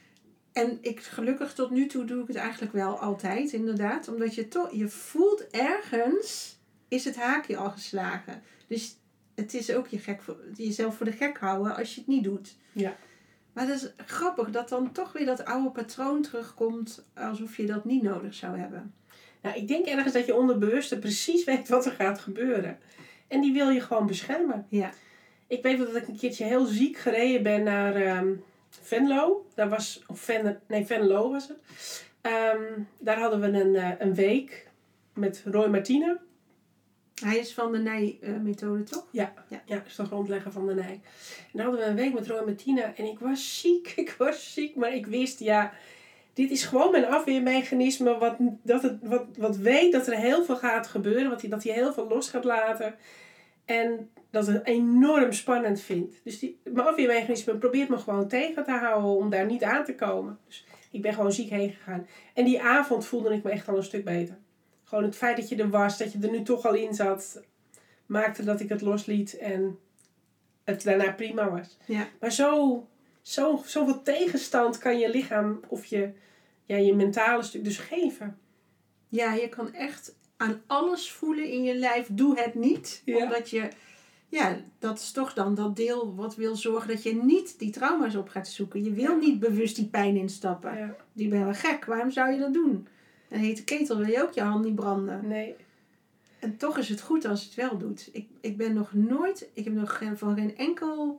En ik, gelukkig tot nu toe doe ik het eigenlijk wel altijd, inderdaad. Omdat je toch, je voelt ergens, is het haakje al geslagen. Dus het is ook je gek, jezelf voor de gek houden als je het niet doet. Ja. Maar dat is grappig dat dan toch weer dat oude patroon terugkomt, alsof je dat niet nodig zou hebben. Nou, ik denk ergens dat je onderbewuste precies weet wat er gaat gebeuren. En die wil je gewoon beschermen. Ja. Ik weet wel dat ik een keertje heel ziek gereden ben naar um, Venlo. Daar was, of Ven, nee, Venlo was het. Um, daar hadden we een, uh, een week met Roy Martine. Hij is van de Nij-methode, toch? Ja, ja. ja, is de grondlegger van de Nij. En dan hadden we een week met Roy Martine. En ik was ziek, ik was ziek. Maar ik wist, ja, dit is gewoon mijn afweermechanisme. Wat, dat het, wat, wat weet dat er heel veel gaat gebeuren. Wat hij, dat hij heel veel los gaat laten. En dat het enorm spannend vindt. Dus die, mijn afweermechanisme probeert me gewoon tegen te houden om daar niet aan te komen. Dus ik ben gewoon ziek heen gegaan. En die avond voelde ik me echt al een stuk beter. Gewoon het feit dat je er was, dat je er nu toch al in zat, maakte dat ik het losliet en het daarna prima was. Ja. Maar zo, zo, zoveel tegenstand kan je lichaam of je, ja, je mentale stuk dus geven. Ja, je kan echt aan alles voelen in je lijf. Doe het niet. Ja. Omdat je, ja, dat is toch dan dat deel wat wil zorgen dat je niet die trauma's op gaat zoeken. Je wil Ja. niet bewust die pijn instappen. Ja. Die ben wel gek. Waarom zou je dat doen? Een hete ketel wil je ook je hand niet branden. Nee. En toch is het goed als je het wel doet. Ik, ik ben nog nooit, ik heb nog geen, van geen enkel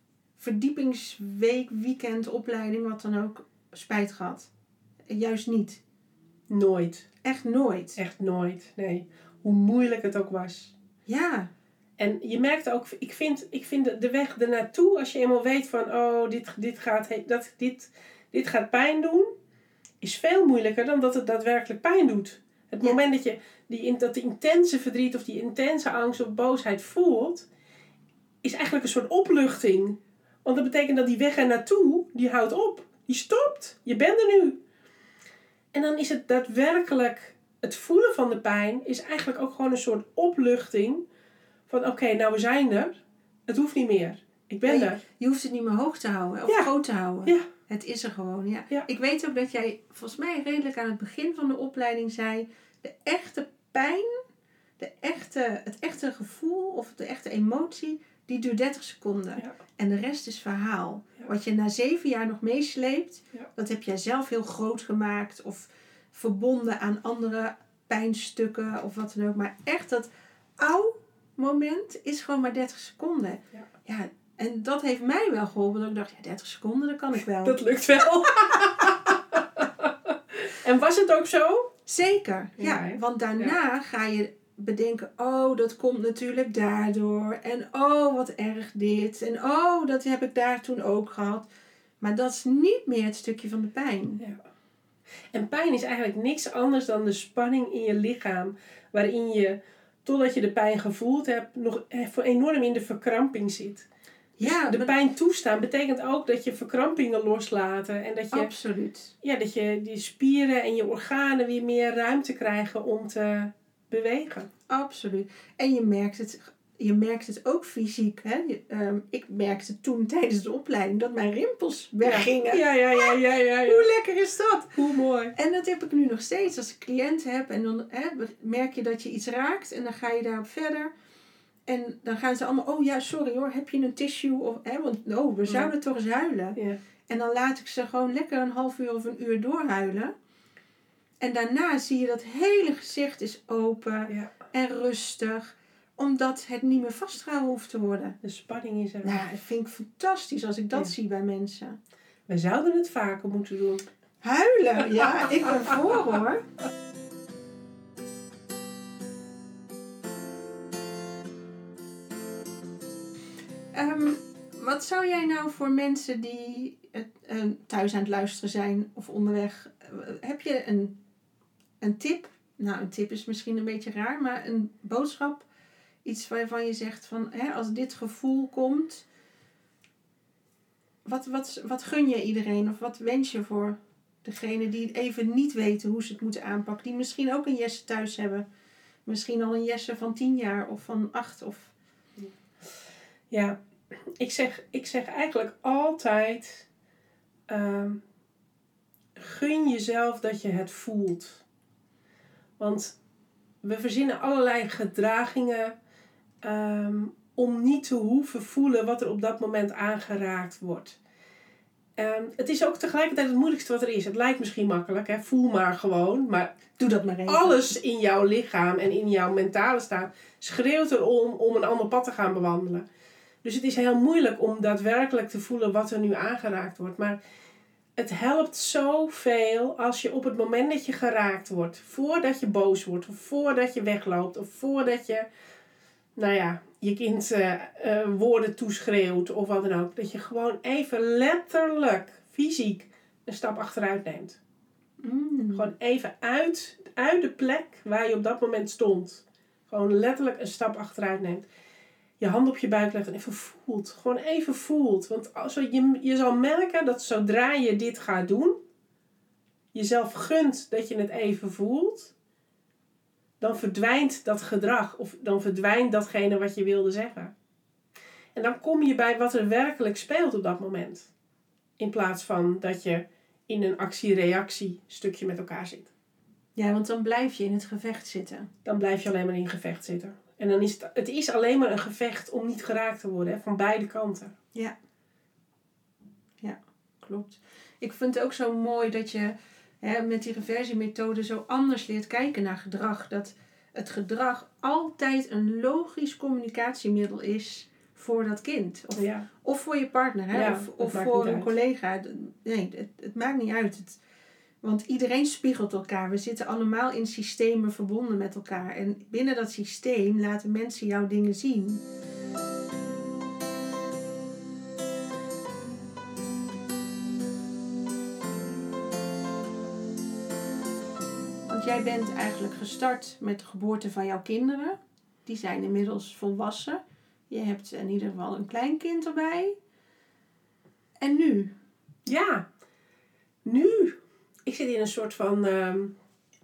verdiepingsweek, weekend, opleiding, wat dan ook, spijt gehad. Juist niet. Nooit. Echt nooit. Echt nooit. Nee. Hoe moeilijk het ook was. Ja. En je merkt ook, ik vind, ik vind de, de weg ernaartoe, als je eenmaal weet van, oh, dit, dit, gaat, dat, dit, dit gaat pijn doen, is veel moeilijker dan dat het daadwerkelijk pijn doet. Het Ja. moment dat je die, dat die intense verdriet of die intense angst of boosheid voelt, is eigenlijk een soort opluchting. Want dat betekent dat die weg ernaartoe, die houdt op. Die stopt. Je bent er nu. En dan is het daadwerkelijk, het voelen van de pijn is eigenlijk ook gewoon een soort opluchting. Van oké, okay, nou we zijn er. Het hoeft niet meer. Ik ben Ja, er. je, je hoeft het niet meer hoog te houden of Ja. groot te houden. Ja. Het is er gewoon, ja. Ja. Ik weet ook dat jij volgens mij redelijk aan het begin van de opleiding zei, de echte pijn, de echte, het echte gevoel of de echte emotie, die duurt dertig seconden. Ja. En de rest is verhaal. Ja. Wat je na zeven jaar nog meesleept, Ja. dat heb jij zelf heel groot gemaakt of verbonden aan andere pijnstukken of wat dan ook. Maar echt dat oude moment is gewoon maar dertig seconden. Ja. Ja, en dat heeft mij wel geholpen. Dat ik dacht, ja, dertig seconden, dat kan ik wel. Dat lukt wel. En was het ook zo? Zeker, ja. Ja, hè? Want daarna ga je bedenken, oh, dat komt natuurlijk daardoor. En oh, wat erg dit. En oh, dat heb ik daar toen ook gehad. Maar dat is niet meer het stukje van de pijn. Ja. En pijn is eigenlijk niks anders dan de spanning in je lichaam. Waarin je, totdat je de pijn gevoeld hebt, nog enorm in de verkramping zit. Dus Ja, de maar- pijn toestaan betekent ook dat je verkrampingen loslaten. En dat je, Absoluut. ja, dat je die spieren en je organen weer meer ruimte krijgen om te bewegen. Absoluut. En je merkt het, je merkt het ook fysiek. Hè? Je, ehm, ik merkte toen tijdens de opleiding dat mijn rimpels weggingen. Ja, ja, ja, ja, ja, ja. Hoe lekker is dat? Hoe mooi. En dat heb ik nu nog steeds als ik cliënten heb. En dan hè, merk je dat je iets raakt. En dan ga je daarop verder. En dan gaan ze allemaal, oh ja, sorry hoor, heb je een tissue? Of, hè, want oh, we zouden toch eens huilen. Ja. En dan laat ik ze gewoon lekker een half uur of een uur doorhuilen. En daarna zie je dat hele gezicht is open Ja. en rustig. Omdat het niet meer vastgehouden hoeft te worden. De spanning is er. Nou, dat vind ik fantastisch als ik dat Ja. zie bij mensen. We zouden het vaker moeten doen. Huilen, ja, ik ben voor hoor. Um, wat zou jij nou voor mensen die het, uh, thuis aan het luisteren zijn of onderweg, uh, heb je een een tip, nou een tip is misschien een beetje raar, maar een boodschap, iets waarvan je zegt van, hè, als dit gevoel komt, wat, wat, wat gun je iedereen of wat wens je voor degene die even niet weten hoe ze het moeten aanpakken, die misschien ook een Jesse thuis hebben, misschien al een Jesse van tien jaar of van acht of... Ja, ik zeg, ik zeg eigenlijk altijd, um, gun jezelf dat je het voelt. Want we verzinnen allerlei gedragingen um, om niet te hoeven voelen wat er op dat moment aangeraakt wordt. Um, het is ook tegelijkertijd het moeilijkste wat er is. Het lijkt misschien makkelijk, hè? Voel maar gewoon. Maar doe dat maar even. Alles in jouw lichaam en in jouw mentale staat schreeuwt erom om een ander pad te gaan bewandelen. Dus het is heel moeilijk om daadwerkelijk te voelen wat er nu aangeraakt wordt. Maar het helpt zoveel als je op het moment dat je geraakt wordt, voordat je boos wordt, of voordat je wegloopt, of voordat je, nou ja, je kind uh, uh, woorden toeschreeuwt of wat dan ook, dat je gewoon even letterlijk, fysiek, een stap achteruit neemt. Mm. Gewoon even uit, uit de plek waar je op dat moment stond. Gewoon letterlijk een stap achteruit neemt. Je hand op je buik legt en even voelt. Gewoon even voelt. Want als je, je zal merken dat zodra je dit gaat doen, jezelf gunt dat je het even voelt, dan verdwijnt dat gedrag. Of dan verdwijnt datgene wat je wilde zeggen. En dan kom je bij wat er werkelijk speelt op dat moment. In plaats van dat je in een actie-reactie stukje met elkaar zit. Ja, want dan blijf je in het gevecht zitten. Dan blijf je alleen maar in gevecht zitten. En dan is het, het is alleen maar een gevecht om niet geraakt te worden. Hè, van beide kanten. Ja. Ja, klopt. Ik vind het ook zo mooi dat je hè, met die reversiemethode zo anders leert kijken naar gedrag. Dat het gedrag altijd een logisch communicatiemiddel is voor dat kind. Of, ja. of voor je partner. Hè? Ja, of of voor een uit. collega. Nee, het, het maakt niet uit. Het, want iedereen spiegelt elkaar. We zitten allemaal in systemen verbonden met elkaar. En binnen dat systeem laten mensen jouw dingen zien. Want jij bent eigenlijk gestart met de geboorte van jouw kinderen. Die zijn inmiddels volwassen. Je hebt in ieder geval een kleinkind erbij. En nu? Ja, nu. Ik zit in een soort van, um,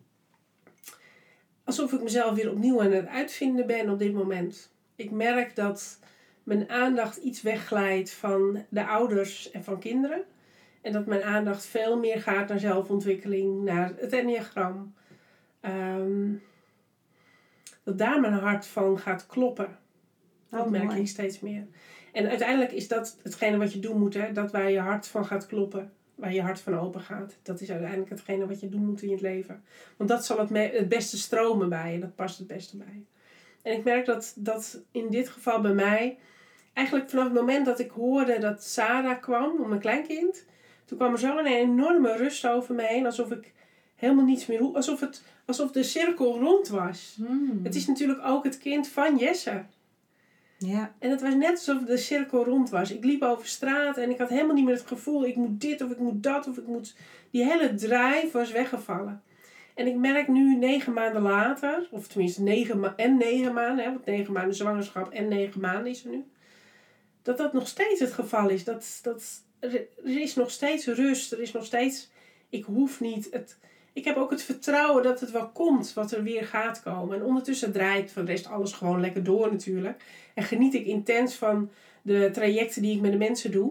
alsof ik mezelf weer opnieuw aan het uitvinden ben op dit moment. Ik merk dat mijn aandacht iets wegglijdt van de ouders en van kinderen. En dat mijn aandacht veel meer gaat naar zelfontwikkeling, naar het enneagram. Um, dat daar mijn hart van gaat kloppen. Dat oh, merk mooi. ik steeds meer. En uiteindelijk is dat hetgene wat je doen moet. Hè? Dat waar je hart van gaat kloppen. Waar je hart van open gaat. Dat is uiteindelijk hetgene wat je doen moet in het leven. Want dat zal het, me- het beste stromen bij je. Dat past het beste bij je. En ik merk dat, dat in dit geval bij mij... Eigenlijk vanaf het moment dat ik hoorde dat Sarah kwam, om mijn kleinkind... Toen kwam er zo een enorme rust over me heen. Alsof ik helemaal niets meer... Ho- alsof, het, alsof de cirkel rond was. Hmm. Het is natuurlijk ook het kind van Jesse. Ja. En het was net alsof de cirkel rond was. Ik liep over straat en ik had helemaal niet meer het gevoel... ik moet dit of ik moet dat of ik moet... Die hele drive was weggevallen. En ik merk nu negen maanden later... of tenminste negen ma- en negen maanden... Hè, want negen maanden zwangerschap en negen maanden is er nu... dat dat nog steeds het geval is. Dat, dat, er, er is nog steeds rust. Er is nog steeds... Ik hoef niet... Het, ik heb ook het vertrouwen dat het wel komt, wat er weer gaat komen. En ondertussen draait voor de rest alles gewoon lekker door natuurlijk. En geniet ik intens van de trajecten die ik met de mensen doe.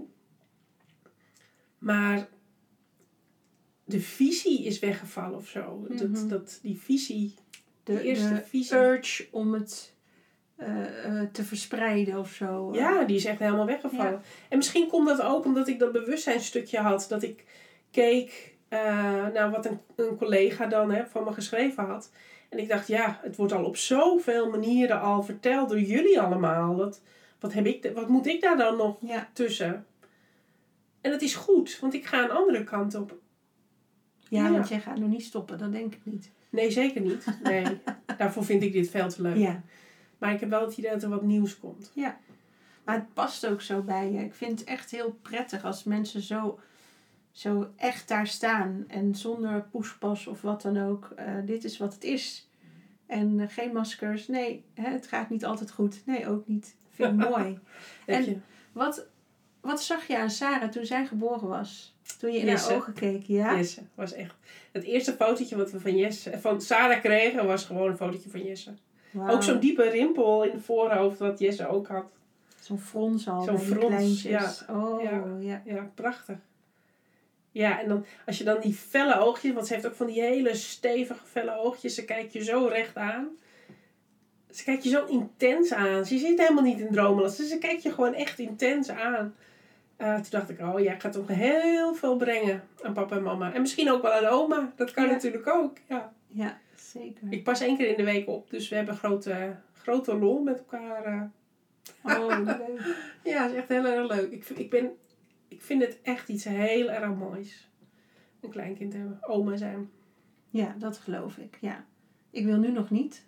Maar de visie is weggevallen of zo. Mm-hmm. Dat, dat, die visie, De, die eerste de visie. urge om het uh, uh, te verspreiden of zo. Ja, die is echt helemaal weggevallen. Ja. En misschien komt dat ook omdat ik dat bewustzijnstukje had. Dat ik keek... Uh, naar wat een, een collega dan hè, van me geschreven had. En ik dacht, ja, het wordt al op zoveel manieren al verteld door jullie allemaal. Wat, wat, heb ik, wat moet ik daar dan nog ja. tussen? En het is goed, want ik ga een andere kant op. Ja, ja. want jij gaat nog niet stoppen, dat denk ik niet. Nee, zeker niet. Nee, daarvoor vind ik dit veel te leuk. Ja. Maar ik heb wel het idee dat er wat nieuws komt. Ja, maar het past ook zo bij je. Ik vind het echt heel prettig als mensen zo... zo echt daar staan. En zonder poespas of wat dan ook. Uh, dit is wat het is. En uh, geen maskers. Nee, hè, het gaat niet altijd goed. Nee, ook niet. Vind ik mooi. En wat, wat zag je aan Sarah toen zij geboren was? Toen je in Jesse. haar ogen keek, ja? Jesse was echt... Het eerste fotootje wat we van, Jesse, van Sarah kregen was gewoon een fotootje van Jesse. Wow. Ook zo'n diepe rimpel in het voorhoofd wat Jesse ook had. Zo'n frons al. Zo'n frons, ja. Oh, ja. Ja. ja, prachtig. Ja, en dan als je dan die felle oogjes... Want ze heeft ook van die hele stevige felle oogjes. Ze kijkt je zo recht aan. Ze kijkt je zo intens aan. Ze zit helemaal niet in dromenlast. Dus ze kijkt je gewoon echt intens aan. Uh, toen dacht ik, oh, jij gaat toch heel veel brengen aan papa en mama. En misschien ook wel aan oma. Dat kan ja. natuurlijk ook, ja. Ja, zeker. Ik pas één keer in de week op. Dus we hebben grote, grote lol met elkaar. Uh. Oh, leuk. Ja, het is echt heel erg leuk. Ik, ik, ben, ik vind het echt iets heel erg moois. Een kleinkind hebben. Oma zijn. Ja, dat geloof ik, ja. Ik wil nu nog niet.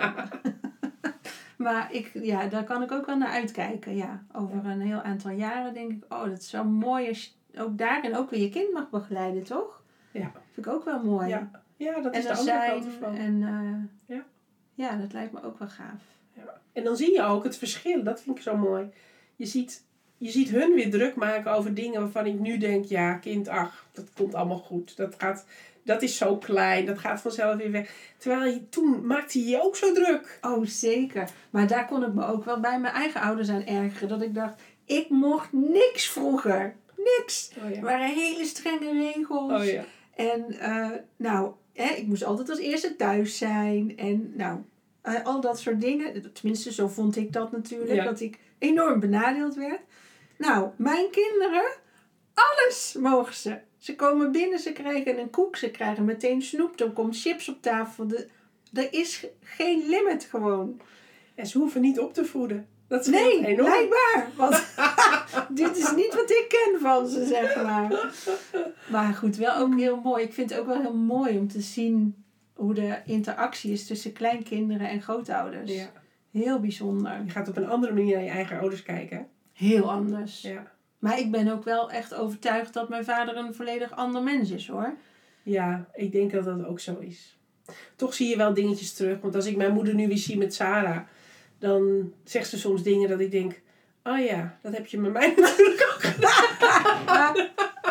Maar ik, ja, daar kan ik ook wel naar uitkijken. Ja. Over ja. een heel aantal jaren denk ik, oh, dat is zo mooi als je ook daarin ook weer je kind mag begeleiden, toch? Ja. Vind ik ook wel mooi. Ja, ja dat en is de andere zijn, kant ervan. En uh, ja. ja, dat lijkt me ook wel gaaf. Ja. En dan zie je ook het verschil. Dat vind ik zo mooi. Je ziet, je ziet hun weer druk maken over dingen waarvan ik nu denk, ja, kind, ach, dat komt allemaal goed. Dat gaat... Dat is zo klein, dat gaat vanzelf weer weg. Terwijl je toen maakte je je ook zo druk. Oh, zeker. Maar daar kon ik me ook wel bij mijn eigen ouders aan ergeren. Dat ik dacht, ik mocht niks vroeger. Niks. Oh ja. Er waren hele strenge regels. Oh ja. En uh, nou, hè, ik moest altijd als eerste thuis zijn. En nou, uh, al dat soort dingen. Tenminste, zo vond ik dat natuurlijk. Ja. Dat ik enorm benadeeld werd. Nou, mijn kinderen, alles mogen ze. Ze komen binnen, ze krijgen een koek, ze krijgen meteen snoep, dan komt chips op tafel. De, er is geen limit gewoon. En ze hoeven niet op te voeden. Dat is nee, enorm. blijkbaar. Want dit is niet wat ik ken van ze, zeg maar. Maar goed, wel ook heel mooi. Ik vind het ook wel heel mooi om te zien hoe de interactie is tussen kleinkinderen en grootouders. Ja. Heel bijzonder. Je gaat op een andere manier naar je eigen ouders kijken. Heel anders. Ja. Maar ik ben ook wel echt overtuigd dat mijn vader een volledig ander mens is, hoor. Ja, ik denk dat dat ook zo is. Toch zie je wel dingetjes terug. Want als ik mijn moeder nu weer zie met Sarah, dan zegt ze soms dingen dat ik denk, oh ja, dat heb je met mij natuurlijk ook gedaan.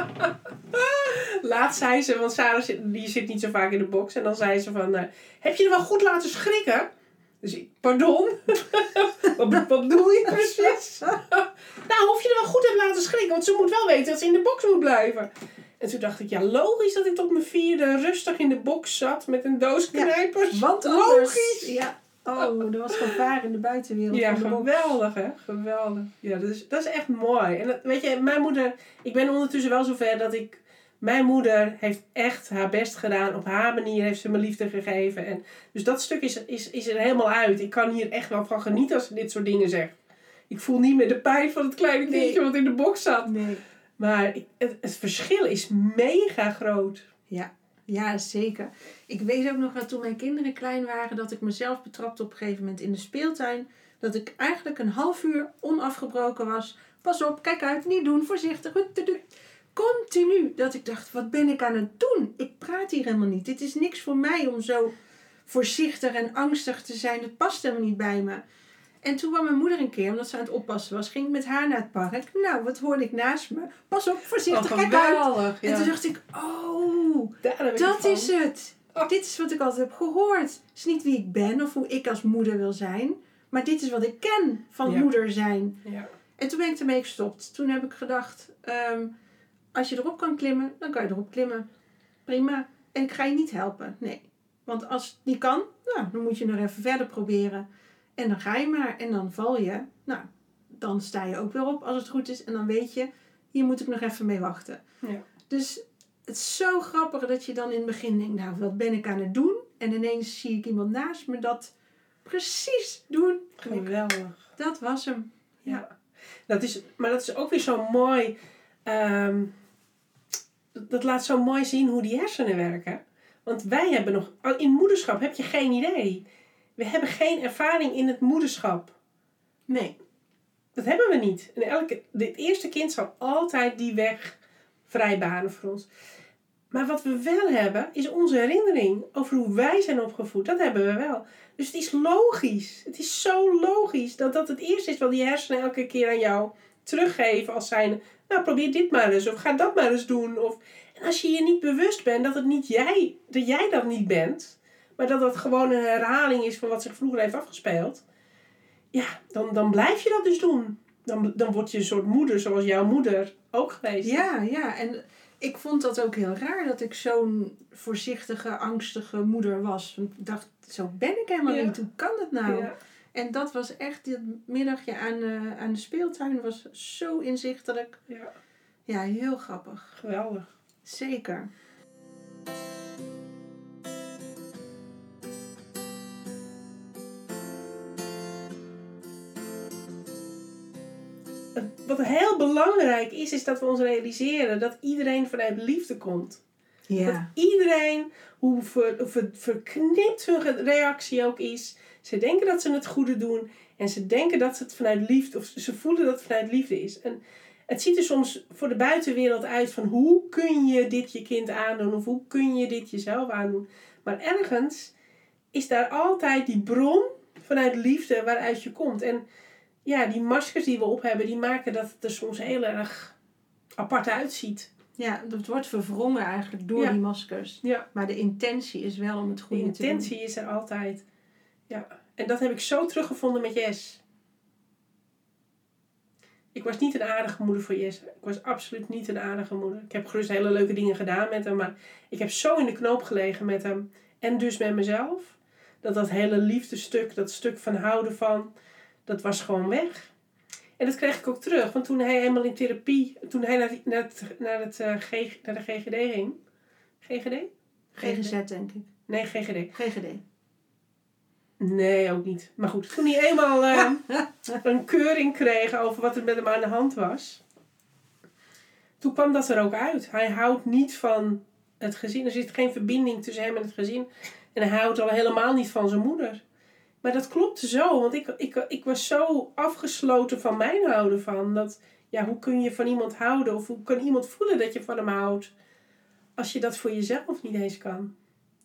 Laatst zei ze, want Sarah zit, die zit niet zo vaak in de box. En dan zei ze van, uh, heb je er wel goed laten schrikken? Dus ik, pardon? wat, wat bedoel je precies? Nou, of je er wel goed hebt laten schrikken. Want ze moet wel weten dat ze in de box moet blijven. En toen dacht ik, ja, logisch dat ik tot mijn vierde rustig in de box zat. Met een doos knijpers. Ja, want logisch. Ja. Oh, er was gevaar in de buitenwereld. Ja, van de geweldig hè. Geweldig. Ja, dat is, dat is echt mooi. En dat, weet je, mijn moeder... Ik ben ondertussen wel zover dat ik... Mijn moeder heeft echt haar best gedaan. Op haar manier heeft ze me liefde gegeven. En dus dat stuk is, is, is er helemaal uit. Ik kan hier echt wel van genieten als ze dit soort dingen zegt. Ik voel niet meer de pijn van het kleine kindje nee. wat in de box zat. Nee. Maar ik, het, het verschil is mega groot. Ja. Ja, zeker. Ik weet ook nog dat toen mijn kinderen klein waren, dat ik mezelf betrapte op een gegeven moment in de speeltuin. Dat ik eigenlijk een half uur onafgebroken was. Pas op, kijk uit, niet doen, voorzichtig. Continu. Dat ik dacht, wat ben ik aan het doen? Ik praat hier helemaal niet. Dit is niks voor mij om zo voorzichtig en angstig te zijn. Het past helemaal niet bij me. En toen kwam mijn moeder een keer, omdat ze aan het oppassen was, ging ik met haar naar het park. Nou, wat hoorde ik naast me? Pas op, voorzichtig, oh, kijk uit. Ja. En toen dacht ik, oh, dat is het. Oh. Dit is wat ik altijd heb gehoord. Het is niet wie ik ben of hoe ik als moeder wil zijn. Maar dit is wat ik ken van ja. moeder zijn. Ja. En toen ben ik ermee gestopt. Toen heb ik gedacht, um, als je erop kan klimmen, dan kan je erop klimmen. Prima. En ik ga je niet helpen. Nee. Want als het niet kan, nou, dan moet je nog even verder proberen. En dan ga je maar. En dan val je. Nou, dan sta je ook weer op als het goed is. En dan weet je, hier moet ik nog even mee wachten. Ja. Dus het is zo grappig dat je dan in het begin denkt, nou, wat ben ik aan het doen? En ineens zie ik iemand naast me dat precies doen. Geweldig. Dat was hem. Ja. ja. Dat is, maar dat is ook weer zo mooi. Um, dat laat zo mooi zien hoe die hersenen werken. Want wij hebben nog, in moederschap heb je geen idee. We hebben geen ervaring in het moederschap. Nee. Dat hebben we niet. En elke, het eerste kind zal altijd die weg vrijbanen voor ons. Maar wat we wel hebben, is onze herinnering over hoe wij zijn opgevoed. Dat hebben we wel. Dus het is logisch. Het is zo logisch dat dat het eerste is wat die hersenen elke keer aan jou teruggeven als zijn. Nou, probeer dit maar eens. Of ga dat maar eens doen. Of, en als je je niet bewust bent dat het niet jij, dat jij dat niet bent. Maar dat dat gewoon een herhaling is van wat zich vroeger heeft afgespeeld. Ja, dan, dan blijf je dat dus doen. Dan, dan word je een soort moeder zoals jouw moeder ook geweest. Ja, ja. En ik vond dat ook heel raar dat ik zo'n voorzichtige, angstige moeder was. Want ik dacht, zo ben ik helemaal Ja. niet. Hoe kan dat nou? Ja. En dat was echt, dit middagje aan de, aan de speeltuin was zo inzichtelijk. Ja, Ja, heel grappig. geweldig. Zeker. Wat heel belangrijk is, is dat we ons realiseren dat iedereen vanuit liefde komt. Dat Ja. iedereen, hoe ver, ver, verknipt hun reactie ook is, ze denken dat ze het goede doen en ze denken dat het vanuit liefde, of ze voelen dat het vanuit liefde is. En het ziet er soms voor de buitenwereld uit van hoe kun je dit je kind aandoen of hoe kun je dit jezelf aandoen. Maar ergens is daar altijd die bron vanuit liefde waaruit je komt. En ja, die maskers die we op hebben, die maken dat het er soms heel erg apart uitziet. Ja, dat wordt verwrongen eigenlijk door Ja. die maskers. Ja. Maar de intentie is wel om het De goede te doen. intentie is er altijd. Ja. En dat heb ik zo teruggevonden met Jess. Ik was niet een aardige moeder voor Jess. Ik was absoluut niet een aardige moeder. Ik heb gerust hele leuke dingen gedaan met hem. Maar ik heb zo in de knoop gelegen met hem. En dus met mezelf. Dat dat hele liefdestuk, dat stuk van houden van, dat was gewoon weg. En dat kreeg ik ook terug. Want toen hij eenmaal in therapie, toen hij naar, die- naar, het, naar, het, uh, G, naar de G G D ging. G G D? G G Z denk ik. Nee, G G D. G G D. Nee, ook niet. Maar goed, toen hij eenmaal uh, een keuring kreeg over wat er met hem aan de hand was. Toen kwam dat er ook uit. Hij houdt niet van het gezin. Er zit geen verbinding tussen hem en het gezin. En hij houdt al helemaal niet van zijn moeder. Maar dat klopte zo. Want ik, ik, ik was zo afgesloten van mijn houden van. Dat, ja, hoe kun je van iemand houden? Of hoe kan iemand voelen dat je van hem houdt? Als je dat voor jezelf niet eens kan.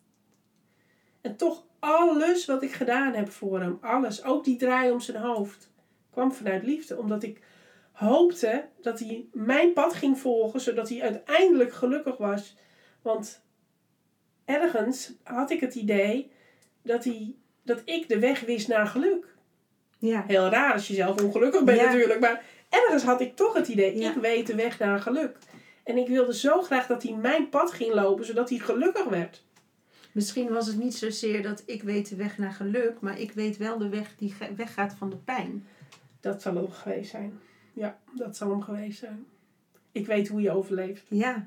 En toch alles wat ik gedaan heb voor hem. Alles. Ook die draai om zijn hoofd. Kwam vanuit liefde. Omdat ik hoopte dat hij mijn pad ging volgen. Zodat hij uiteindelijk gelukkig was. Want ergens had ik het idee dat, hij, dat ik de weg wist naar geluk. Ja. Heel raar als je zelf ongelukkig bent Ja. natuurlijk. Maar ergens had ik toch het idee. Ja. Ik weet de weg naar geluk. En ik wilde zo graag dat hij mijn pad ging lopen. Zodat hij gelukkig werd. Misschien was het niet zozeer dat ik weet de weg naar geluk, maar ik weet wel de weg die ge- weggaat van de pijn. Dat zal hem geweest zijn. Ja, dat zal hem geweest zijn. Ik weet hoe je overleeft. Ja.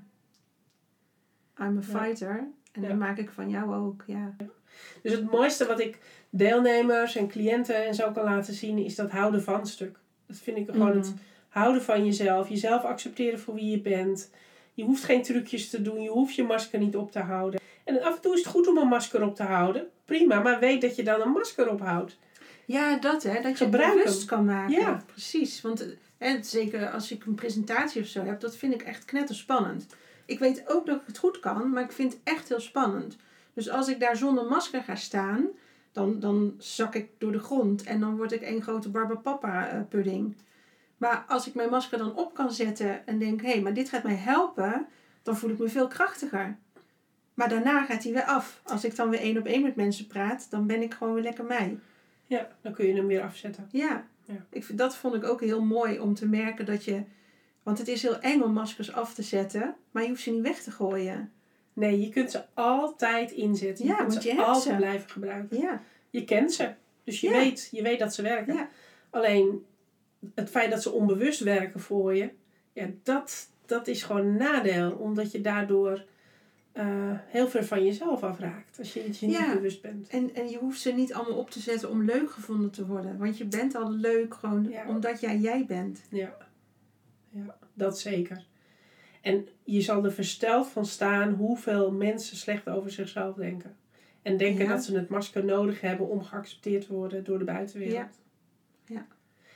I'm a Ja. fighter. En Ja. dat maak ik van jou ook, ja. Dus het mooiste wat ik deelnemers en cliënten en zo kan laten zien is dat houden van stuk. Dat vind ik gewoon Mhm. het houden van jezelf. Jezelf accepteren voor wie je bent. Je hoeft geen trucjes te doen. Je hoeft je masker niet op te houden. En af en toe is het goed om een masker op te houden. Prima, maar weet dat je dan een masker ophoudt. Ja, dat hè, dat je het Gebruik bewust hem. kan maken. Ja. Precies, want eh, en zeker als ik een presentatie of zo heb, dat vind ik echt knetterspannend. Ik weet ook dat ik het goed kan, maar ik vind het echt heel spannend. Dus als ik daar zonder masker ga staan, dan, dan zak ik door de grond en dan word ik één grote barbapapa eh, pudding. Maar als ik mijn masker dan op kan zetten en denk, hé, hey, maar dit gaat mij helpen, dan voel ik me veel krachtiger. Maar daarna gaat hij weer af. Als ik dan weer één op één met mensen praat, dan ben ik gewoon weer lekker mij. Ja, dan kun je hem weer afzetten. Ja, Ja. Ik, vind- dat vond ik ook heel mooi om te merken dat je... Want het is heel eng om maskers af te zetten, maar je hoeft ze niet weg te gooien. Nee, je kunt ze altijd inzetten. Je Ja, kunt want ze je hebt altijd ze. blijven gebruiken. Ja, Je kent ze. Dus je, Ja. weet, je weet dat ze werken. Ja. Alleen het feit dat ze onbewust werken voor je, ja, dat, dat is gewoon een nadeel. Omdat je daardoor uh, heel veel van jezelf afraakt. Als je het je niet Ja. bewust bent. en, en je hoeft ze niet allemaal op te zetten om leuk gevonden te worden. Want je bent al leuk gewoon Ja. omdat jij jij bent. Ja. ja, dat zeker. En je zal er versteld van staan hoeveel mensen slecht over zichzelf denken. En denken Ja. dat ze het masker nodig hebben om geaccepteerd te worden door de buitenwereld. Ja. Ja.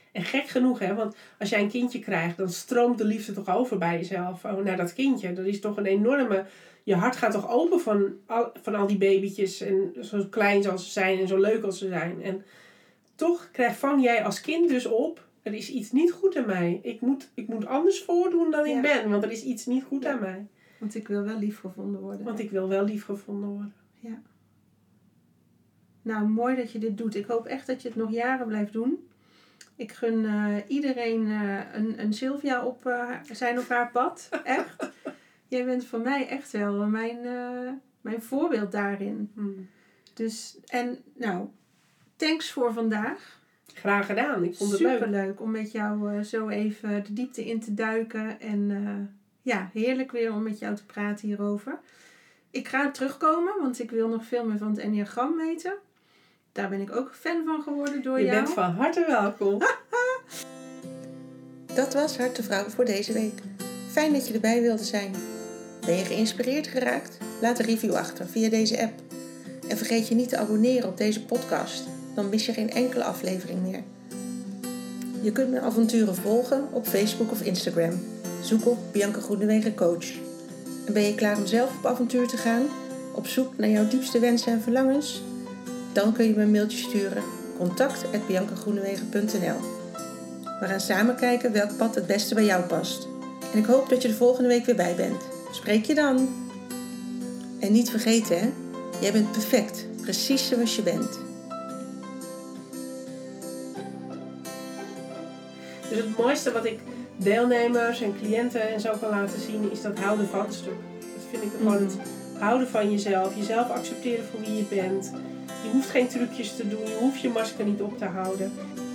En gek genoeg, hè, want als jij een kindje krijgt, dan stroomt de liefde toch over bij jezelf. Oh, naar dat kindje. Dat is toch een enorme... Je hart gaat toch open van al, van al die babytjes. En zo klein als ze zijn en zo leuk als ze zijn. En toch krijg, vang jij als kind dus op... Er is iets niet goed aan mij. Ik moet, ik moet anders voordoen dan ik Ja. ben. Want er is iets niet goed Ja. aan mij. Want ik wil wel lief gevonden worden. Want ik wil wel lief gevonden worden. Ja. Nou, mooi dat je dit doet. Ik hoop echt dat je het nog jaren blijft doen. Ik gun uh, iedereen uh, een, een Sylvia op uh, zijn of haar pad. Echt. Jij bent voor mij echt wel mijn, uh, mijn voorbeeld daarin. Hmm. Dus, en nou, thanks voor vandaag. Graag gedaan. Ik vond het leuk. Superleuk om met jou uh, zo even de diepte in te duiken. En uh, ja, heerlijk weer om met jou te praten hierover. Ik ga terugkomen, want ik wil nog veel meer van het enneagram weten. Daar ben ik ook fan van geworden door Je jou. Je bent van harte welkom. Dat was Hart de Vrouw voor deze week. Fijn dat je erbij wilde zijn. Ben je geïnspireerd geraakt? Laat een review achter via deze app. En vergeet je niet te abonneren op deze podcast. Dan mis je geen enkele aflevering meer. Je kunt mijn avonturen volgen op Facebook of Instagram. Zoek op Bianca Groenewegen Coach. En ben je klaar om zelf op avontuur te gaan? Op zoek naar jouw diepste wensen en verlangens? Dan kun je me een mailtje sturen. contact at bianca groenewegen punt n l. We gaan samen kijken welk pad het beste bij jou past. En ik hoop dat je de volgende week weer bij bent. Spreek je dan! En niet vergeten, hè? Jij bent perfect, precies zoals je bent. Dus het mooiste wat ik deelnemers en cliënten en zo kan laten zien is dat houden van stuk. Dat vind ik gewoon het houden van jezelf. Jezelf accepteren voor wie je bent. Je hoeft geen trucjes te doen. Je hoeft je masker niet op te houden.